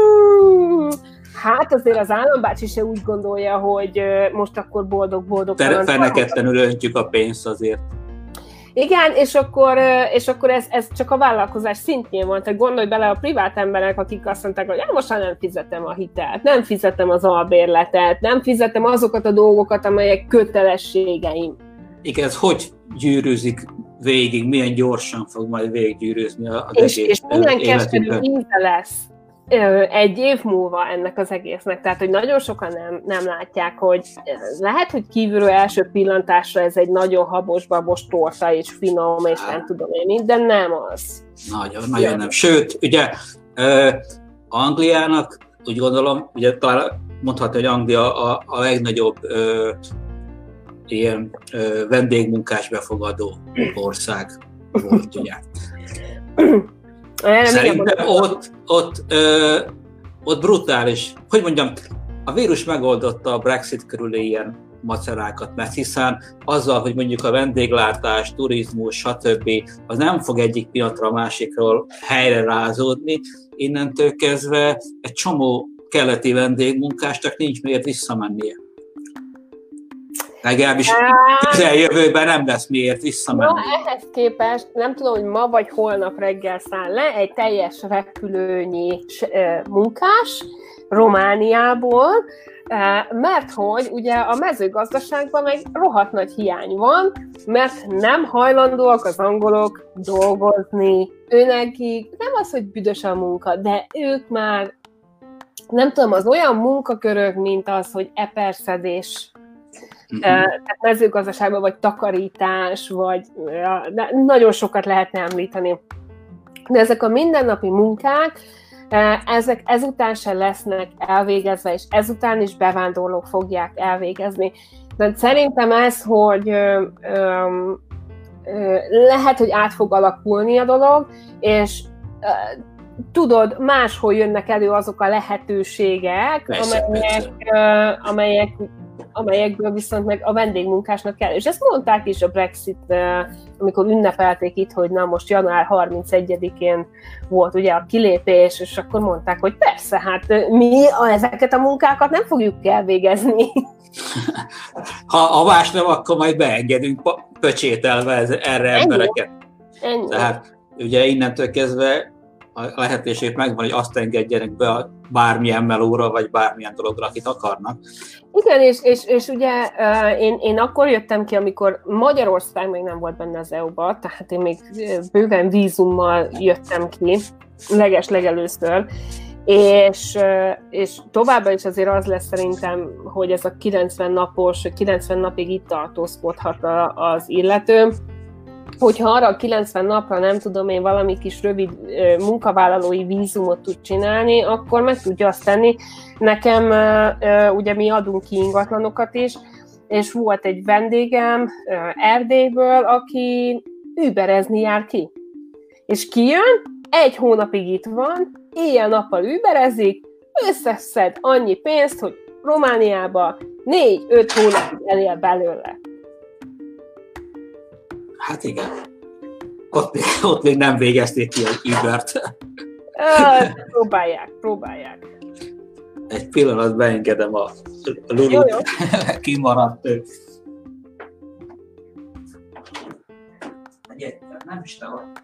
B: hmm, hát azért az állambácsi se úgy gondolja, hogy most akkor boldog-boldog.
A: Feneketlenül öntjük a pénzt azért.
B: Igen, és akkor, és akkor ez, ez csak a vállalkozás szintjén van. Tehát gondolj bele a privát emberek, akik azt mondták, hogy most már nem fizetem a hitelt, nem fizetem az albérletet, nem fizetem azokat a dolgokat, amelyek kötelességeim.
A: Igen, ez hogy gyűrűzik végig, milyen gyorsan fog majd végiggyűrűzni az
B: és,
A: egész
B: és milyen keserű
A: életükben.
B: íze lesz egy év múlva ennek az egésznek. Tehát, hogy nagyon sokan nem, nem látják, hogy lehet, hogy kívülről első pillantásra ez egy nagyon habos-babos torta, és finom, és nem tudom én, de nem az.
A: Nagyon, nagyon nem. Sőt, ugye uh, Angliának, úgy gondolom, ugye talán mondhatni, hogy Anglia a, a legnagyobb uh, ilyen uh, vendégmunkás befogadó ország volt, ugye. Szerintem ott, ott, ö, ott brutális, hogy mondjam, a vírus megoldotta a Brexit körüli ilyen macerákat, mert hiszen azzal, hogy mondjuk a vendéglátás, turizmus, stb. Az nem fog egyik pillanatra a másikról helyre rázódni, innentől kezdve egy csomó keleti vendégmunkásnak nincs miért visszamennie. Legalábbis közeljövőben nem lesz miért visszamenni.
B: Na, ehhez képest nem tudom, hogy ma vagy holnap reggel száll le egy teljes repülőnyi munkás Romániából, mert hogy ugye a mezőgazdaságban meg rohadt nagy hiány van, mert nem hajlandóak az angolok dolgozni. Őnekik nem az, hogy büdös a munka, de ők már nem tudom, az olyan munkakörök, mint az, hogy eperszedés, Uh-huh. Tehát mezőgazdaságban, vagy takarítás, vagy de nagyon sokat lehetne említeni. De ezek a mindennapi munkák, ezek ezután se lesznek elvégezve, és ezután is bevándorlók fogják elvégezni. De szerintem ez, hogy ö, ö, ö, lehet, hogy át fog alakulni a dolog, és tudod, máshol jönnek elő azok a lehetőségek, persze, amelyek, persze. amelyek amelyekből viszont meg a vendégmunkásnak kell. És ezt mondták is a Brexit, amikor ünnepelték itt, hogy na most január harmincegyedikén volt ugye a kilépés, és akkor mondták, hogy persze, hát mi ezeket a munkákat nem fogjuk elvégezni.
A: Ha a más nem, akkor majd beengedünk pöcsételve erre Ennyi. embereket.
B: Ennyi.
A: Tehát ugye innentől kezdve a lehetőség megvan, hogy azt engedjenek be a bármilyen melóra, vagy bármilyen dologra, akit akarnak.
B: Igen, és, és, és ugye én, én akkor jöttem ki, amikor Magyarország még nem volt benne az é u-ba, tehát én még bőven vízummal jöttem ki, leges legelőször, és, és továbbá is azért az lesz szerintem, hogy ez a kilencven napos, kilencven napig itt tartózkodhat az illető, hogyha arra a kilencven napra nem tudom én valami kis rövid munkavállalói vízumot tud csinálni, akkor meg tudja azt tenni. Nekem, ugye mi adunk ki ingatlanokat is, és volt egy vendégem Erdélyből, aki überezni jár ki. És kijön, egy hónapig itt van, éjjel-nappal überezik, összeszed annyi pénzt, hogy Romániába négy-öt hónapig elél belőle.
A: Hát igen. Ott még, ott még nem végezték ki az Ubert.
B: Próbálják, próbálják.
A: Egy pillanat, beengedem a Lulut. Kimaradt ő. Nem is te vagy.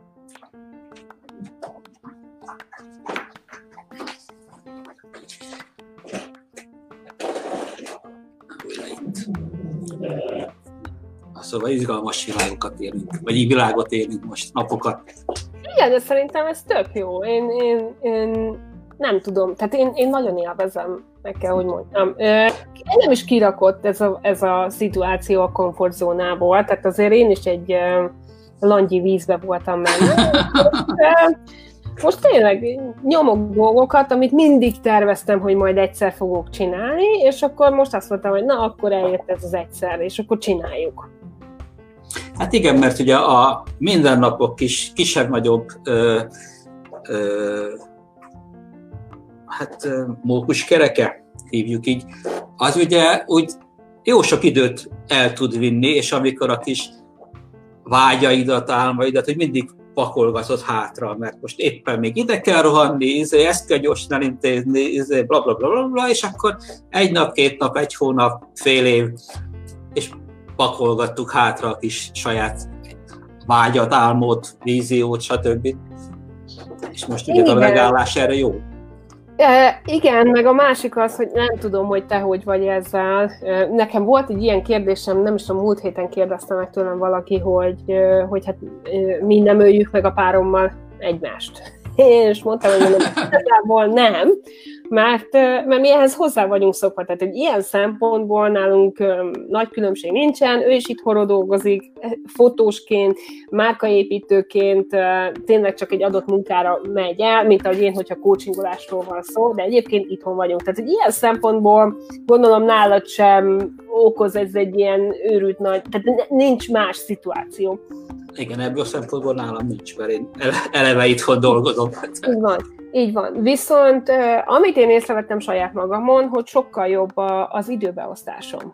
A: Szóval izgalmas világokat élünk, vagy így világot élünk most, napokat.
B: Igen, de szerintem ez tök jó. Én, én, én nem tudom, tehát én, én nagyon élvezem, meg kell, hogy mondjam. Nem is kirakott ez a, ez a szituáció a komfortzónából, tehát azért én is egy langyi vízbe voltam benne. Most tényleg nyomok dolgokat, amit mindig terveztem, hogy majd egyszer fogok csinálni, és akkor most azt mondtam, hogy na, akkor eljött ez az egyszer, és akkor csináljuk.
A: Hát igen, mert ugye a mindennapok kis, kisebb-nagyobb ö, ö, hát mókuskereke, hívjuk így, az ugye úgy jó sok időt el tud vinni, és amikor a kis vágyaidat, álmaidat, hogy mindig pakolgatod hátra, mert most éppen még ide kell rohanni, izé, ezt kell gyorsan elintézni, izé, bla, bla, bla, bla, bla, és akkor egy nap, két nap, egy hónap, fél év, és pakolgattuk hátra a kis saját vágyat, álmot, víziót, stb. És most ugye a megállás erre jó.
B: E, igen, meg a másik az, hogy nem tudom, hogy te hogy vagy ezzel. Nekem volt egy ilyen kérdésem, nem is tudom, múlt héten kérdezte meg tőlem valaki, hogy, hogy hát mi nem öljük meg a párommal egymást. És mondtam, hogy igazából nem, mert, mert mi ehhez hozzá vagyunk szokva. Tehát egy ilyen szempontból nálunk nagy különbség nincsen, ő is itt horó dolgozik, fotósként, márkaépítőként, tényleg csak egy adott munkára megy el, mint ahogy én, hogyha coachingolásról van szó, de egyébként itthon vagyunk. Tehát egy ilyen szempontból gondolom nálad sem okoz ez egy ilyen őrült nagy, tehát nincs más szituáció.
A: Igen, ebből a szempontból nálam nincs, mert én eleve itthon dolgozom.
B: Így van, így van. Viszont amit én észrevettem saját magamon, hogy sokkal jobb az időbeosztásom.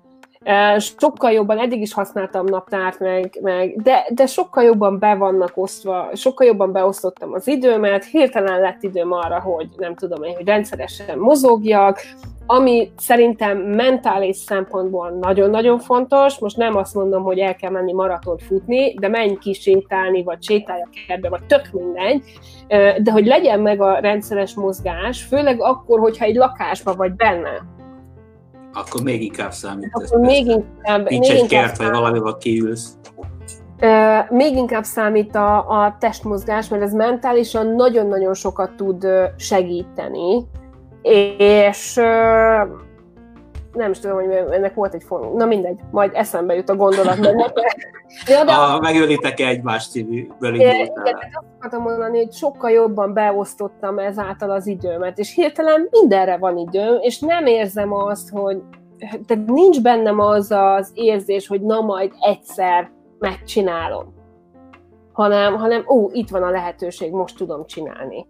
B: Sokkal jobban, eddig is használtam naptárt, meg, meg, de, de sokkal jobban be vannak osztva, sokkal jobban beosztottam az időmet, hirtelen lett időm arra, hogy nem tudom én, hogy rendszeresen mozogjak, ami szerintem mentális szempontból nagyon-nagyon fontos. Most nem azt mondom, hogy el kell menni maratont futni, de menj ki sétálni, vagy sétálj a kertbe, vagy tök mindegy, de hogy legyen meg a rendszeres mozgás, főleg akkor, hogyha egy lakásban vagy benne.
A: Akkor még inkább számít.
B: Akkor még inkább,
A: nincs egy kert, vagy valamivel kiülsz.
B: Uh, még inkább számít a, a testmozgás, mert ez mentálisan nagyon-nagyon sokat tud segíteni, és uh, nem is tudom, hogy ennek volt egy formula. Na mindegy, majd eszembe jut a gondolat. Ja, de
A: a megölitek-e egymást címűből indultál.
B: Igen, azt akartam mondani, hogy sokkal jobban beosztottam ezáltal az időmet, és hirtelen mindenre van időm, és nem érzem azt, hogy tehát nincs bennem az az érzés, hogy na majd egyszer megcsinálom. hanem, hanem ó, itt van a lehetőség, most tudom csinálni.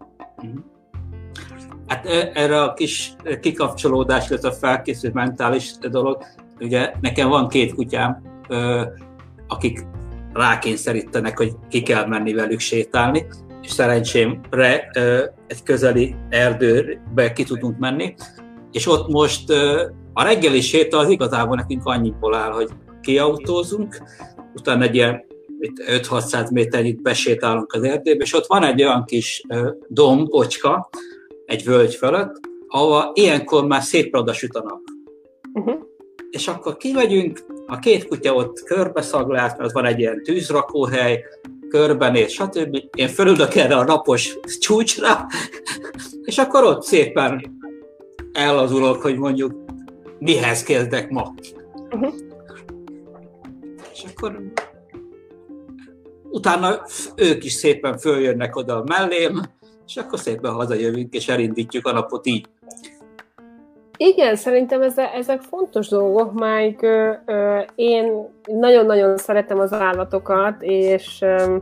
A: Hát erre a kis kikapcsolódás, illetve a felkészült mentális dolog, ugye nekem van két kutyám, akik rákényszerítenek, hogy ki kell menni velük sétálni, és szerencsémre egy közeli erdőbe ki tudunk menni, és ott most a reggeli séta az igazából nekünk annyiból áll, hogy kiautózunk, utána egy ilyen öt-hatszáz méternyit besétálunk az erdőbe, és ott van egy olyan kis dombocska, egy völgy fölött, ahol ilyenkor már szépre odasüt a nap. Uh-huh. És akkor kimegyünk, a két kutya ott körbeszaglált, mert van egy ilyen tűzrakóhely, körbenéz, stb. Én fölülök erre a napos csúcsra, és akkor ott szépen ellazulok, hogy mondjuk mihez kezdek ma. Uh-huh. És akkor utána ők is szépen följönnek oda mellém, és akkor szépen hazajövünk, és elindítjuk a napot így.
B: Igen, szerintem ezek, ezek fontos dolgok, meg ö, ö, én nagyon-nagyon szeretem az állatokat, és ö,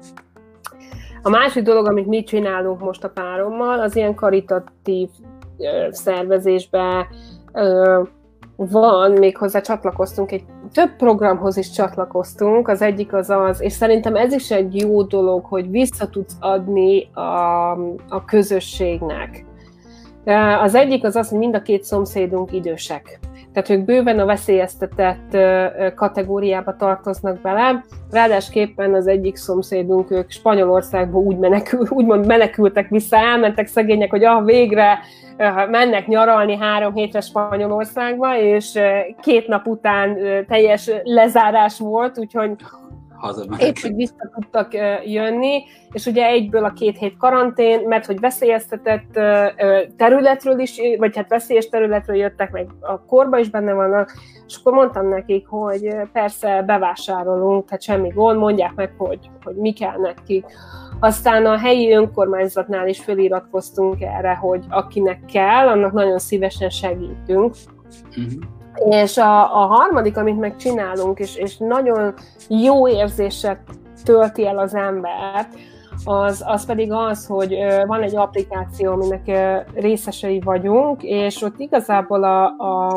B: a másik dolog, amit mi csinálunk most a párommal, az ilyen karitatív ö, szervezésben ö, van, méghozzá csatlakoztunk, egy több programhoz is csatlakoztunk, az egyik az az, és szerintem ez is egy jó dolog, hogy vissza tudsz adni a, a közösségnek. Az egyik az az, hogy mind a két szomszédunk idősek. Tehát ők bőven a veszélyeztetett kategóriába tartoznak bele. Ráadásképpen az egyik szomszédunk, ők Spanyolországba úgy menekül, úgymond menekültek vissza, elmentek szegények, hogy ah, végre mennek nyaralni három hétre Spanyolországba, és két nap után teljes lezárás volt, úgyhogy épp, hogy vissza tudtak jönni, és ugye egyből a két hét karantén, mert hogy veszélyeztetett területről is, vagy hát veszélyes területről jöttek, meg a korba is benne vannak, és akkor mondtam nekik, hogy persze bevásárolunk, tehát semmi gond, mondják meg, hogy, hogy mi kell nekik. Aztán a helyi önkormányzatnál is feliratkoztunk erre, hogy akinek kell, annak nagyon szívesen segítünk. Uh-huh. És a, a harmadik, amit megcsinálunk, és, és nagyon jó érzéssel tölti el az embert, az, az pedig az, hogy van egy applikáció, aminek részesei vagyunk, és ott igazából a, a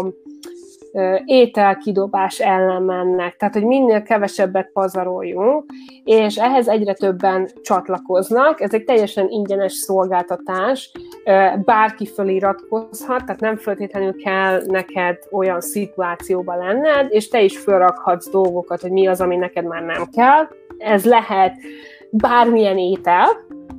B: ételkidobás ellen mennek, tehát hogy minél kevesebbet pazaroljunk, és ehhez egyre többen csatlakoznak. Ez egy teljesen ingyenes szolgáltatás, bárki feliratkozhat, tehát nem feltétlenül kell neked olyan szituációban lenned, és te is felrakhatsz dolgokat, hogy mi az, ami neked már nem kell. Ez lehet bármilyen étel,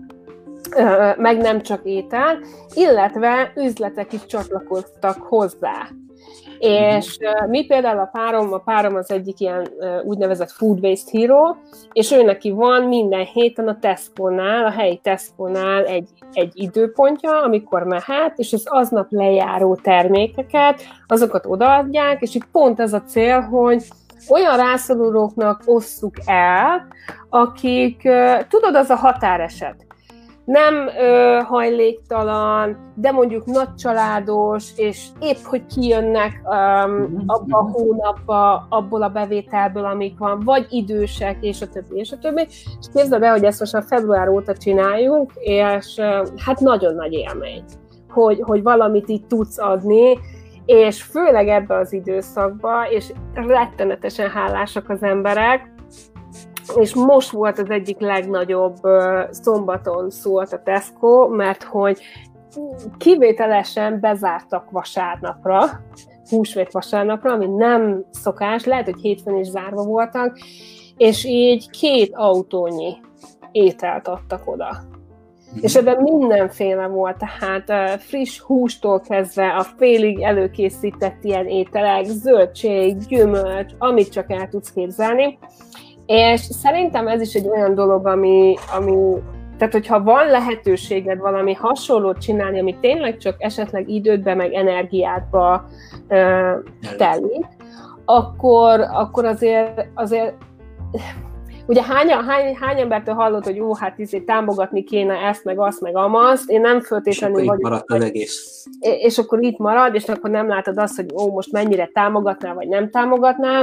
B: meg nem csak étel, illetve üzletek is csatlakoztak hozzá. És uh, mi például a párom, a párom az egyik ilyen uh, úgynevezett food waste hero, és ő neki van minden héten a Tesco-nál, a helyi Tesco-nál egy, egy időpontja, amikor mehet, és az aznap lejáró termékeket, azokat odaadják, és itt pont ez a cél, hogy olyan rászorulóknak osszuk el, akik, uh, tudod, az a határeset. Nem ö, hajléktalan, de mondjuk nagycsaládos, és épp, hogy kijönnek um, abba a hónapba, abból a bevételből, amik van, vagy idősek, és a többi, és a többi. És képzeld el, hogy ezt most a február óta csináljuk, és uh, hát nagyon nagy élmény, hogy, hogy valamit így tudsz adni, és főleg ebbe az időszakba, és rettenetesen hálásak az emberek, és most volt az egyik legnagyobb uh, szombaton szólt a Tesco, mert hogy kivételesen bezártak vasárnapra, húsvét vasárnapra, ami nem szokás, lehet, hogy hétfőn is zárva voltak, és így két autónyi ételt adtak oda. Mm. És ebben mindenféle volt, tehát uh, friss hústól kezdve a félig előkészített ilyen ételek, zöldség, gyümölcs, amit csak el tudsz képzelni. És szerintem ez is egy olyan dolog, ami, ami, tehát hogyha van lehetőséged valami hasonlót csinálni, ami tényleg csak esetleg idődbe, meg energiádba uh, telik, akkor, akkor azért, azért ugye hány, hány, hány embertől hallott, hogy jó, hát izé, támogatni kéne ezt, meg azt, meg amazt, én nem föltétlenül
A: vagyok. És akkor itt maradt az egész.
B: És akkor itt marad, és akkor nem látod azt, hogy ó, most mennyire támogatnál, vagy nem támogatnál.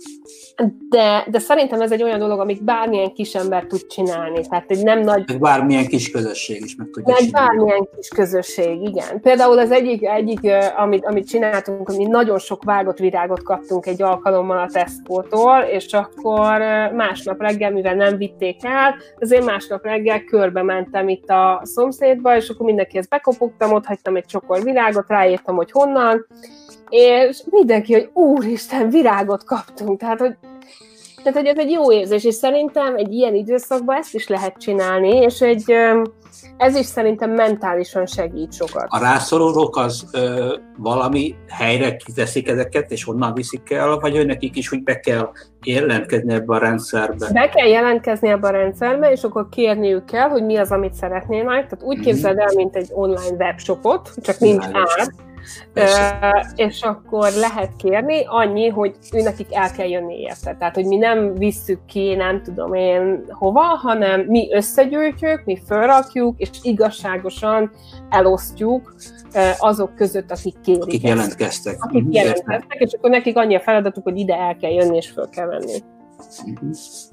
B: De, de szerintem ez egy olyan dolog, amit bármilyen kis ember tud csinálni. Tehát egy nem nagy...
A: Meg bármilyen kis közösség is meg tudja
B: meg
A: csinálni.
B: Bármilyen kis közösség, igen. Például az egyik, egyik amit, amit csináltunk, mi nagyon sok vágott virágot kaptunk egy alkalommal a Tesco-tól, és akkor másnap reggel, mivel nem vitték el, azért másnap reggel körbe mentem itt a szomszédba, és akkor mindenkihez bekopogtam, ott hagytam egy csokor virágot, ráírtam, hogy honnan, és mindenki, hogy úristen, virágot kaptunk. Tehát, hogy, tehát, hogy ez egy jó érzés, és szerintem egy ilyen időszakban ezt is lehet csinálni, és egy, ez is szerintem mentálisan segít sokat.
A: A rászorulók az ö, valami helyre kiteszik ezeket, és onnan viszik el, vagy őnekik is úgy be kell jelentkezni ebbe a rendszerbe?
B: Be kell jelentkezni ebbe a rendszerbe, és akkor kérniük kell, hogy mi az, amit szeretnének. Tehát úgy képzeld el, mint egy online webshopot, csak nincs ár. Uh, és akkor lehet kérni, annyi, hogy őnekik el kell jönni érte. Tehát, hogy mi nem visszük ki, nem tudom én hova, hanem mi összegyűjtjük, mi felrakjuk, és igazságosan elosztjuk uh, azok között, akik kérik.
A: Akik jelentkeztek.
B: Akik uh-huh. jelentkeztek, és akkor nekik annyi a feladatuk, hogy ide el kell jönni, és föl kell venni.
A: Uh-huh.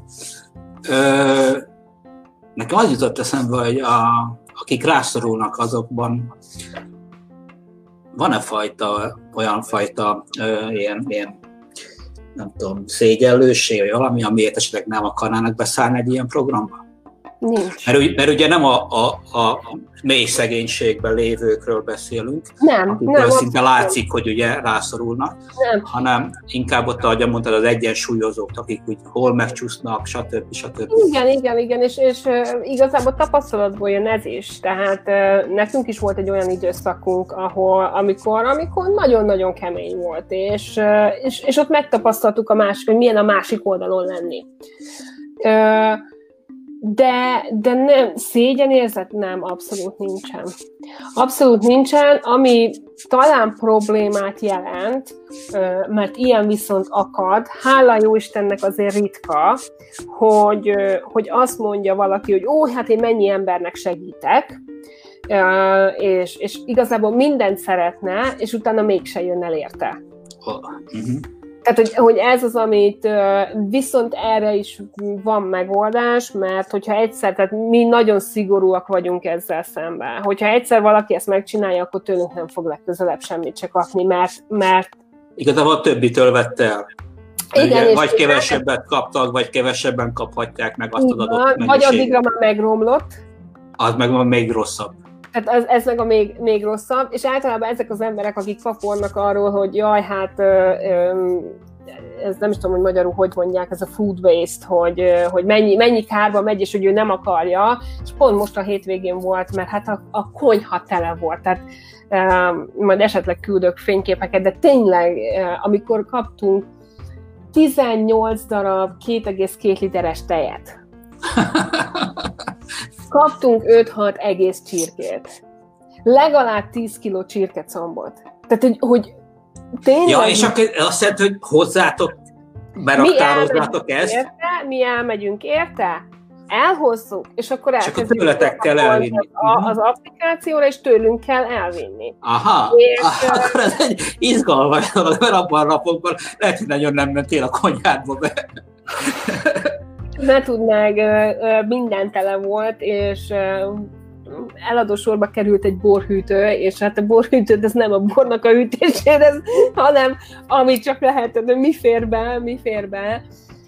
A: Ö, nekem az jutott eszembe, hogy a, akik rászorulnak, azokban van-e fajta, olyan fajta ö, ilyen, ilyen, nem tudom, szégyellőség, vagy valami, amiért esetleg nem akarnának beszállni egy ilyen programba?
B: Nincs.
A: Mert, mert ugye nem a, a, a mély szegénységben lévőkről beszélünk,
B: nem,
A: akikről
B: nem,
A: szinte látszik, hogy ugye rászorulnak,
B: nem.
A: hanem inkább ott, ahogy mondtad, az egyensúlyozók, akik úgy hol megcsúsznak, stb. stb.
B: Igen, igen, igen, és, és uh, igazából tapasztalatból jön ez is. Tehát uh, nekünk is volt egy olyan időszakunk, ahol, amikor, amikor nagyon-nagyon kemény volt, és, uh, és, és ott megtapasztaltuk a másik, hogy milyen a másik oldalon lenni. Uh, De, de nem, szégyenérzet nem, abszolút nincsen. Abszolút nincsen, ami talán problémát jelent, mert ilyen viszont akad, hála jó Istennek azért ritka, hogy, hogy azt mondja valaki, hogy ó, hát én mennyi embernek segítek, és, és igazából mindent szeretne, és utána mégse jön el érte.
A: Uh-huh.
B: Tehát, hogy, hogy ez az, amit viszont erre is van megoldás, mert hogyha egyszer, tehát mi nagyon szigorúak vagyunk ezzel szemben. Hogyha egyszer valaki ezt megcsinálja, akkor tőlünk nem fog legközelebb semmit se kapni, mert... mert...
A: Igazából a többitől vett el.
B: Igen,
A: ugye, vagy kevesebbet kaptak, vagy kevesebben kaphatják meg azt az adott mennyiséget.
B: Vagy addigra már megromlott.
A: Az meg van még rosszabb.
B: Tehát ez, ez meg a még, még rosszabb, és általában ezek az emberek, akik kapornak arról, hogy jaj, hát ö, ö, ez nem is tudom, hogy magyarul hogy mondják, ez a food waste, hogy, hogy mennyi, mennyi kárba megy, és hogy ő nem akarja, és pont most a hétvégén volt, mert hát a, a konyha tele volt, tehát ö, majd esetleg küldök fényképeket, de tényleg, ö, amikor kaptunk tizennyolc darab két egész két literes tejet, kaptunk öt-hat egész csirkét. Legalább tíz kiló csirkecombot. Tehát, hogy, hogy tényleg...
A: Ja, és akkor azt jelenti, hogy hozzátok, beraktározzátok ezt?
B: Érte, mi elmegyünk érte, elhozzuk, és akkor elkezdjük
A: tőletek kell elvinni.
B: Az applikációra, és tőlünk kell elvinni.
A: Aha, és, akkor ez egy izgalmas dolog, mert abban a napokban lehet, hogy nagyon nem mentél a konyhádba be.
B: Ne tud meg, minden tele volt, és eladósorba került egy borhűtő, és hát a borhűtő, ez nem a bornak a hűtésére, hanem amit csak lehet, de mi fér be, mi fér be.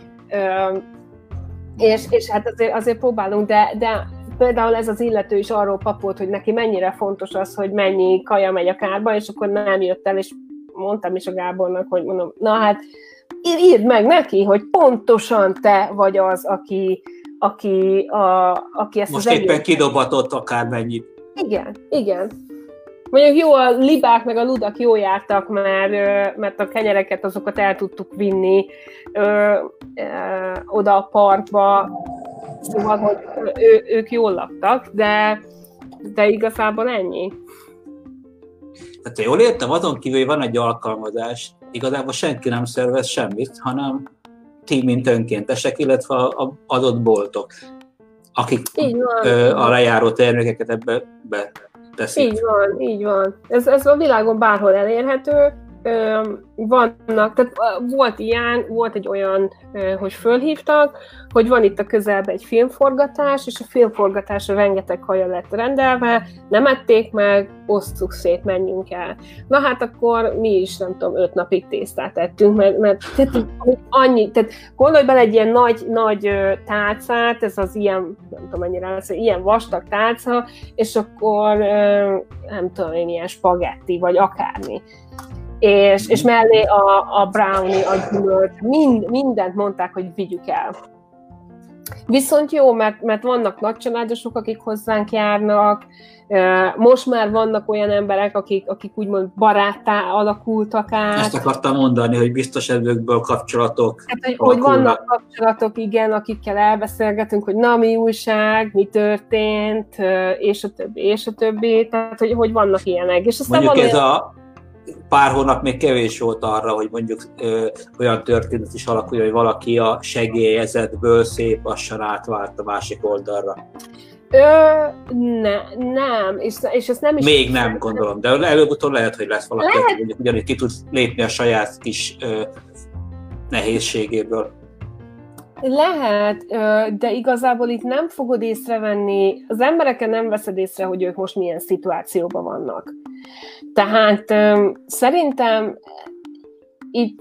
B: És, és hát azért, azért próbálunk, de, de például ez az illető is arról papolt, hogy neki mennyire fontos az, hogy mennyi kaja megy a kárba, és akkor nem jött el, és mondtam is a Gábornak, hogy mondom, na hát írd meg neki, hogy pontosan te vagy az, aki, aki, a, aki ezt
A: most
B: az
A: éppen
B: egész...
A: kidobatott akármennyit.
B: Igen, igen. Mondjuk jó, a libák meg a ludak jó jártak, mert, mert a kenyereket azokat el tudtuk vinni ö, ö, oda a parkba, szóval, hogy ő, ők jól laktak, de, de igazából ennyi.
A: Tehát jól értem, azon kívül, hogy van egy alkalmazás, igazából senki nem szervez semmit, hanem ti, mint önkéntesek, illetve az adott boltok, akik ö, a lejáró termékeket ebbe beteszik.
B: Így van, így van. Ez, ez a világon bárhol elérhető, ö, vannak, tehát volt ilyen, volt egy olyan, ö, hogy fölhívtak, hogy van itt a közelben egy filmforgatás, és a filmforgatásra rengeteg kaja lett rendelve, nem ették meg, osztjuk szét, menjünk el. Na hát akkor mi is, nem tudom, öt napig tésztát ettünk, mert, mert tehát, annyi, tehát gondolj bele egy ilyen nagy, nagy tálcát, ez az ilyen, nem tudom mennyire lesz, ilyen vastag tálca, és akkor nem tudom én, ilyen spagetti, vagy akármi. És, és mellé a, a brownie, a gyümölcs, mind, mindent mondták, hogy vigyük el. Viszont jó, mert, mert vannak nagycsaládosok, akik hozzánk járnak, most már vannak olyan emberek, akik, akik úgymond baráttá alakultak át.
A: Ezt akartam mondani, hogy biztos ezekből kapcsolatok
B: hát, hogy, hogy vannak kapcsolatok, igen, akikkel elbeszélgetünk, hogy na, mi újság, mi történt, és a többi, és a többi, tehát hogy, hogy vannak ilyenek. És aztán
A: mondjuk ez
B: olyan...
A: a pár hónap még kevés volt arra, hogy mondjuk ö, olyan történet is alakuljon, hogy valaki a segélyezetből szép lassan átvált a másik oldalra.
B: Ö, ne, nem, és, és ezt nem is...
A: Még nem, gondolom, de előbb-utóbb lehet, hogy lesz valaki, lehet. Mondjuk ugyanígy ki tud lépni a saját kis ö, nehézségéből.
B: Lehet, de igazából itt nem fogod észrevenni, az embereken nem veszed észre, hogy ők most milyen szituációban vannak. Tehát szerintem itt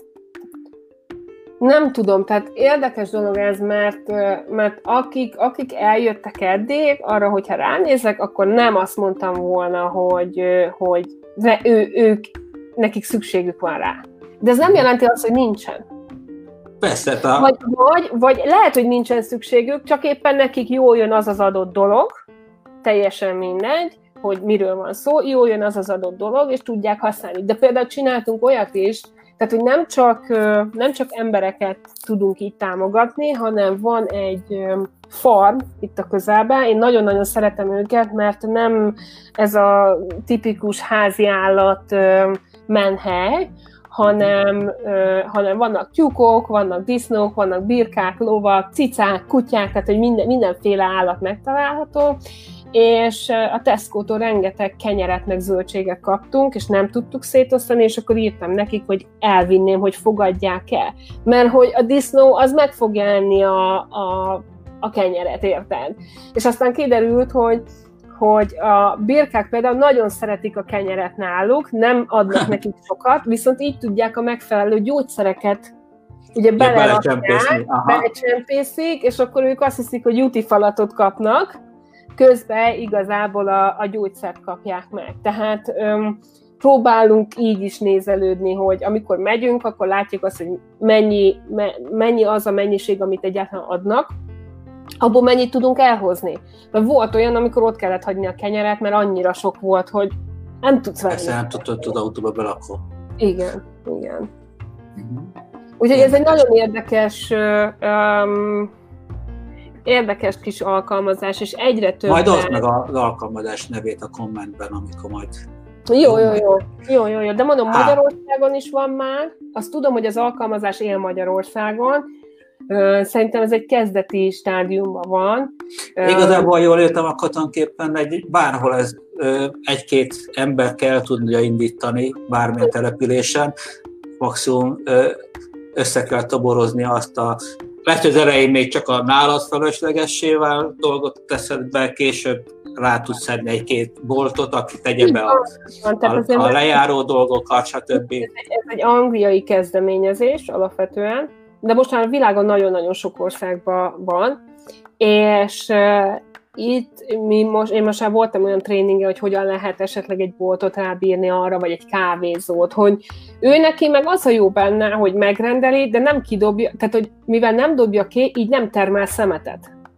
B: nem tudom, tehát érdekes dolog ez, mert, mert akik, akik eljöttek eddig, arra, hogyha ránézek, akkor nem azt mondtam volna, hogy, hogy ő, ők, nekik szükségük van rá. De ez nem jelenti azt, hogy nincsen.
A: Persze, tá.
B: Vagy, vagy, vagy lehet, hogy nincsen szükségük, csak éppen nekik jól jön az az adott dolog, teljesen mindegy, hogy miről van szó, jól jön az az adott dolog, és tudják használni. De például csináltunk olyat is, tehát, hogy nem csak, nem csak embereket tudunk így támogatni, hanem van egy farm itt a közelben. Én nagyon-nagyon szeretem őket, mert nem ez a tipikus házi állat menhely, hanem, hanem vannak tyúkok, vannak disznók, vannak birkák, lovak, cicák, kutyák, tehát hogy minden, mindenféle állat megtalálható, és a Tesco-tól rengeteg kenyeret meg zöldséget kaptunk, és nem tudtuk szétosztani, és akkor írtam nekik, hogy elvinném, hogy fogadják el. Mert hogy a disznó az meg fogja enni a, a, a kenyeret, érted? És aztán kiderült, hogy hogy a birkák például nagyon szeretik a kenyeret náluk, nem adnak nekik sokat, viszont így tudják a megfelelő gyógyszereket ugye belerakják, belecsempészik, és akkor ők azt hiszik, hogy jutifalatot kapnak, közben igazából a, a gyógyszert kapják meg. Tehát öm, próbálunk így is nézelődni, hogy amikor megyünk, akkor látjuk azt, hogy mennyi, me, mennyi az a mennyiség, amit egyáltalán adnak, abból mennyit tudunk elhozni. Mert volt olyan, amikor ott kellett hagyni a kenyeret, mert annyira sok volt, hogy nem tudsz venni.
A: Persze nem tudod autóba belakó.
B: Igen, igen. Uh-huh. Úgyhogy érdekes. Ez egy nagyon érdekes, um, érdekes kis alkalmazás, és egyre több.
A: Majd oszd meg az alkalmazás nevét a kommentben, amikor majd...
B: Jó, jó, jó. jó, jó, jó. De mondom, Há. Magyarországon is van már. Azt tudom, hogy az alkalmazás él Magyarországon. Szerintem ez egy kezdeti stádiumban van.
A: Igazából jól értem, akkor tulajdonképpen egy, bárhol ez egy-két ember kell tudnia indítani bármilyen településen, maximum össze kell toborozni azt a lehet, az elején még csak a nálad feleslegessé vált dolgot teszed be, később rá tudsz szedni egy-két boltot, aki tegye be a, a, a lejáró dolgokat, stb.
B: Ez egy angliai kezdeményezés alapvetően, de most már a világon nagyon-nagyon sok országban van, és uh, itt mi most, én most már voltam olyan tréningen, hogy hogyan lehet esetleg egy boltot rábírni arra, vagy egy kávézót, hogy ő neki meg az a jó benne, hogy megrendeli, de nem kidobja, tehát hogy mivel nem dobja ki, így nem termel szemetet.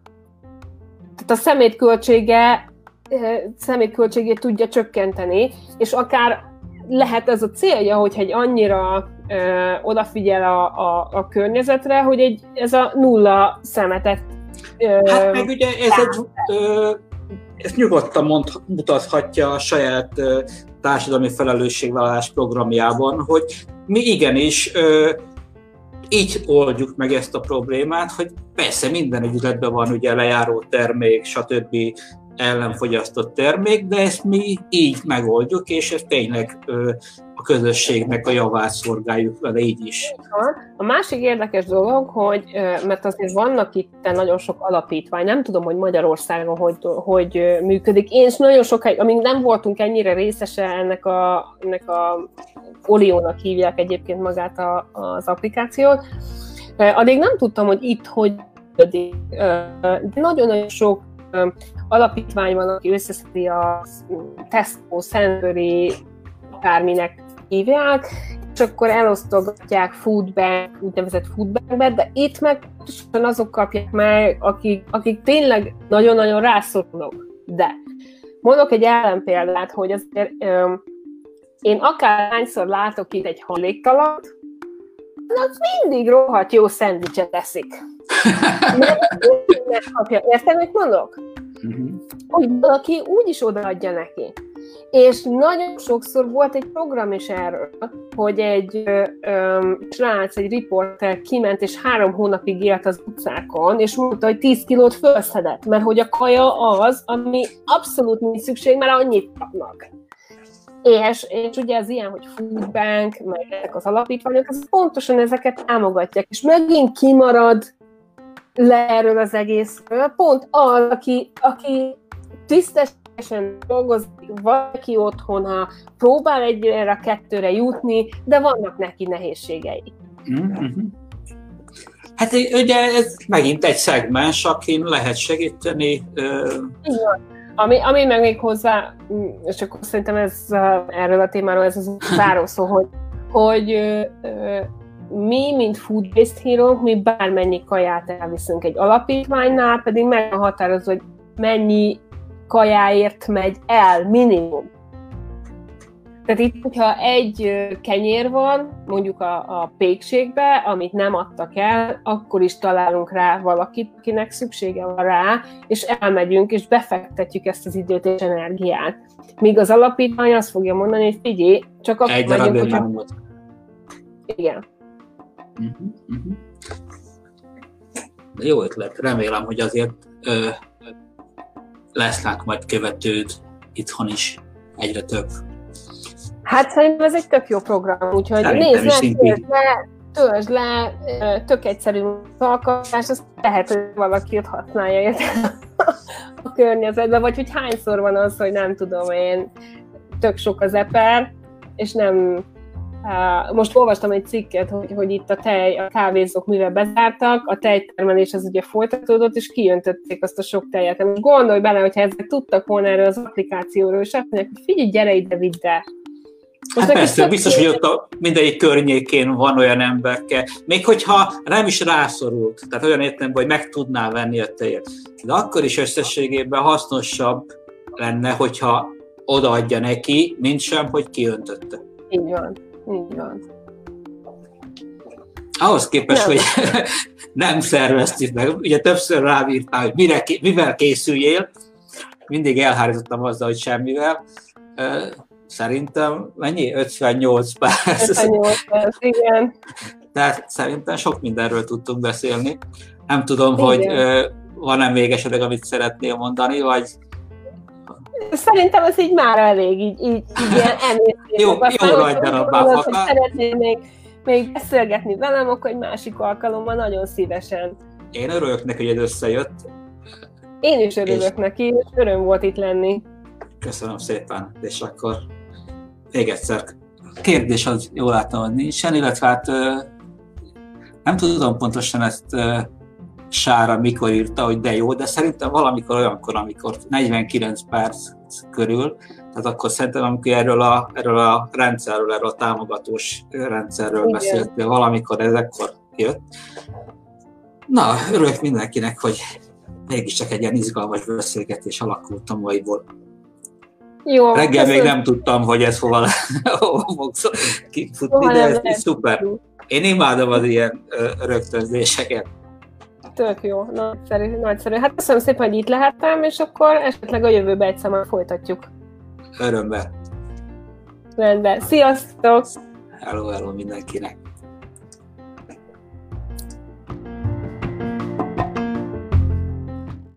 B: Tehát a szemétköltsége, szemétköltségét tudja csökkenteni, és akár lehet ez a célja, hogyha egy annyira ö, odafigyel a, a, a környezetre, hogy egy, ez a nulla szemetet ö,
A: hát meg ugye ez egy, ö, ezt nyugodtan mond, mutathatja a saját ö, társadalmi felelősségvállalás programjában, hogy mi igenis ö, így oldjuk meg ezt a problémát, hogy persze minden üzletben van ugye lejáró termék, stb. Ellenfogyasztott termék, de ezt mi így megoldjuk, és ez tényleg ö, a közösségnek a javát szolgáljuk vele így is.
B: A másik érdekes dolog, hogy, mert azért vannak itt nagyon sok alapítvány, nem tudom, hogy Magyarországon hogy, hogy működik. Én is nagyon sokáig, amíg nem voltunk ennyire részese ennek a, ennek a Oliónak hívják egyébként magát a, az applikációt, addig nem tudtam, hogy itt hogy működik. De nagyon-nagyon sok alapítvány van, aki összeszedi a Tesco, Sainsbury, akárminek hívják, és akkor elosztogatják foodbank, úgynevezett foodbankbe, de itt meg azok kapják meg, akik, akik tényleg nagyon-nagyon rászorulnak. De mondok egy ellenpéldát, hogy azért öm, én akárhányszor látok itt egy hajléktalant, az mindig rohadt jó szendvicset eszik. Érted, mit mondok? Uh-huh. Hogy valaki úgyis odaadja neki. És nagyon sokszor volt egy program is erről, hogy egy ö, ö, srác, egy riporter kiment, és három hónapig élt az utcákon, és mondta, hogy tíz kilót felszedett, mert hogy a kaja az, ami abszolút nincs szükség, mert annyit kapnak. És, és ugye az ilyen, hogy foodbank, meg ezek az alapítványok, az pontosan ezeket támogatják, és megint kimarad le erről az egészről, pont az, aki, aki tisztességesen dolgozik, valaki otthon, próbál egyre a kettőre jutni, de vannak neki nehézségei.
A: Mm-hmm. Hát ugye ez megint egy szegmens, akin lehet segíteni.
B: Igen. Ami, ami meg még hozzá, és akkor szerintem ez erről a témáról ez az záró szó, hogy, hogy ö, ö, mi, mint food-based hero, mi bármennyi kaját elviszünk egy alapítványnál, pedig meg határozó, hogy mennyi kajáért megy el, minimum. Tehát itt, hogyha egy kenyér van, mondjuk a, a pékségbe, amit nem adtak el, akkor is találunk rá valakit, akinek szüksége van rá, és elmegyünk, és befektetjük ezt az időt és energiát. Míg az alapítvány azt fogja mondani, hogy figyelj, csak akkor
A: egy
B: megyünk,
A: hogyha... Hogy...
B: Igen.
A: Uh-huh, uh-huh. Jó ötlet. Remélem, hogy azért ö, lesznek majd követőd itthon is egyre több.
B: Hát szerintem ez egy tök jó program, úgyhogy nézd le, töltsd le, töltsd le, tök egyszerű alkalmazás, azt lehet, hogy valaki ott használja a környezetben, vagy hogy hányszor van az, hogy nem tudom én, tök sok az eper, és nem... Most olvastam egy cikket, hogy, hogy itt a tej, a kávézók mivel bezártak, a tejtermelés az ugye folytatódott, és kijöntötték azt a sok tejet. Most gondolj bele, hogyha ezek tudtak volna erről az applikációról, és azt mondják, hogy figyelj, gyere ide, vidd el.
A: Hát persze, biztos, hogy ott a mindegyik környékén van olyan emberke, még hogyha nem is rászorult, tehát olyan értelemben, hogy meg tudná venni a tejet. De akkor is összességében hasznosabb lenne, hogyha odaadja neki, mint sem, hogy kiöntötte.
B: Így van, így van.
A: Ahhoz képest, nem. hogy nem szerveztük meg, ugye többször rávírtál, hogy mire, mivel készüljél, mindig elhárítottam azzal, hogy semmivel. Szerintem mennyi? ötvennyolc perc.
B: ötvennyolc perc, igen.
A: Tehát szerintem sok mindenről tudtunk beszélni. Nem tudom, igen. hogy van-e még esetleg, amit szeretnél mondani, vagy...
B: Szerintem ez így már elég, így, így, így ilyen elmésztések.
A: Jó, jó ragydan a báfaka.
B: Szeretném még, még beszélgetni velem, akkor egy másik alkalommal nagyon szívesen.
A: Én örülök neki, hogy ez összejött.
B: Én is örülök és... neki, és öröm volt itt lenni.
A: Köszönöm szépen, és akkor még egyszer. Kérdés az jól látom, hogy nincsen, illetve hát nem tudom pontosan ezt Sára mikor írta, hogy de jó, de szerintem valamikor olyankor, amikor negyvenkilenc perc körül, tehát akkor szerintem, amikor erről a, erről a rendszerről, erről a támogatós rendszerről igen. beszéltél, valamikor ez ekkor jött. Na, örülök mindenkinek, hogy mégiscsak egy ilyen izgalmas beszélgetés alakult a maiból.
B: Jó,
A: reggel
B: köszönöm.
A: Még nem tudtam, hogy ez hova fog kifutni, de ez is szuper. Én imádom az ilyen rögtönzéseket.
B: Tök jó, nagyszerű, nagyszerű. Hát köszönöm szépen, hogy itt lehettem, és akkor esetleg a jövőben egyszer már folytatjuk.
A: Örömben.
B: Rendben. Sziasztok!
A: Hello, hello mindenkinek!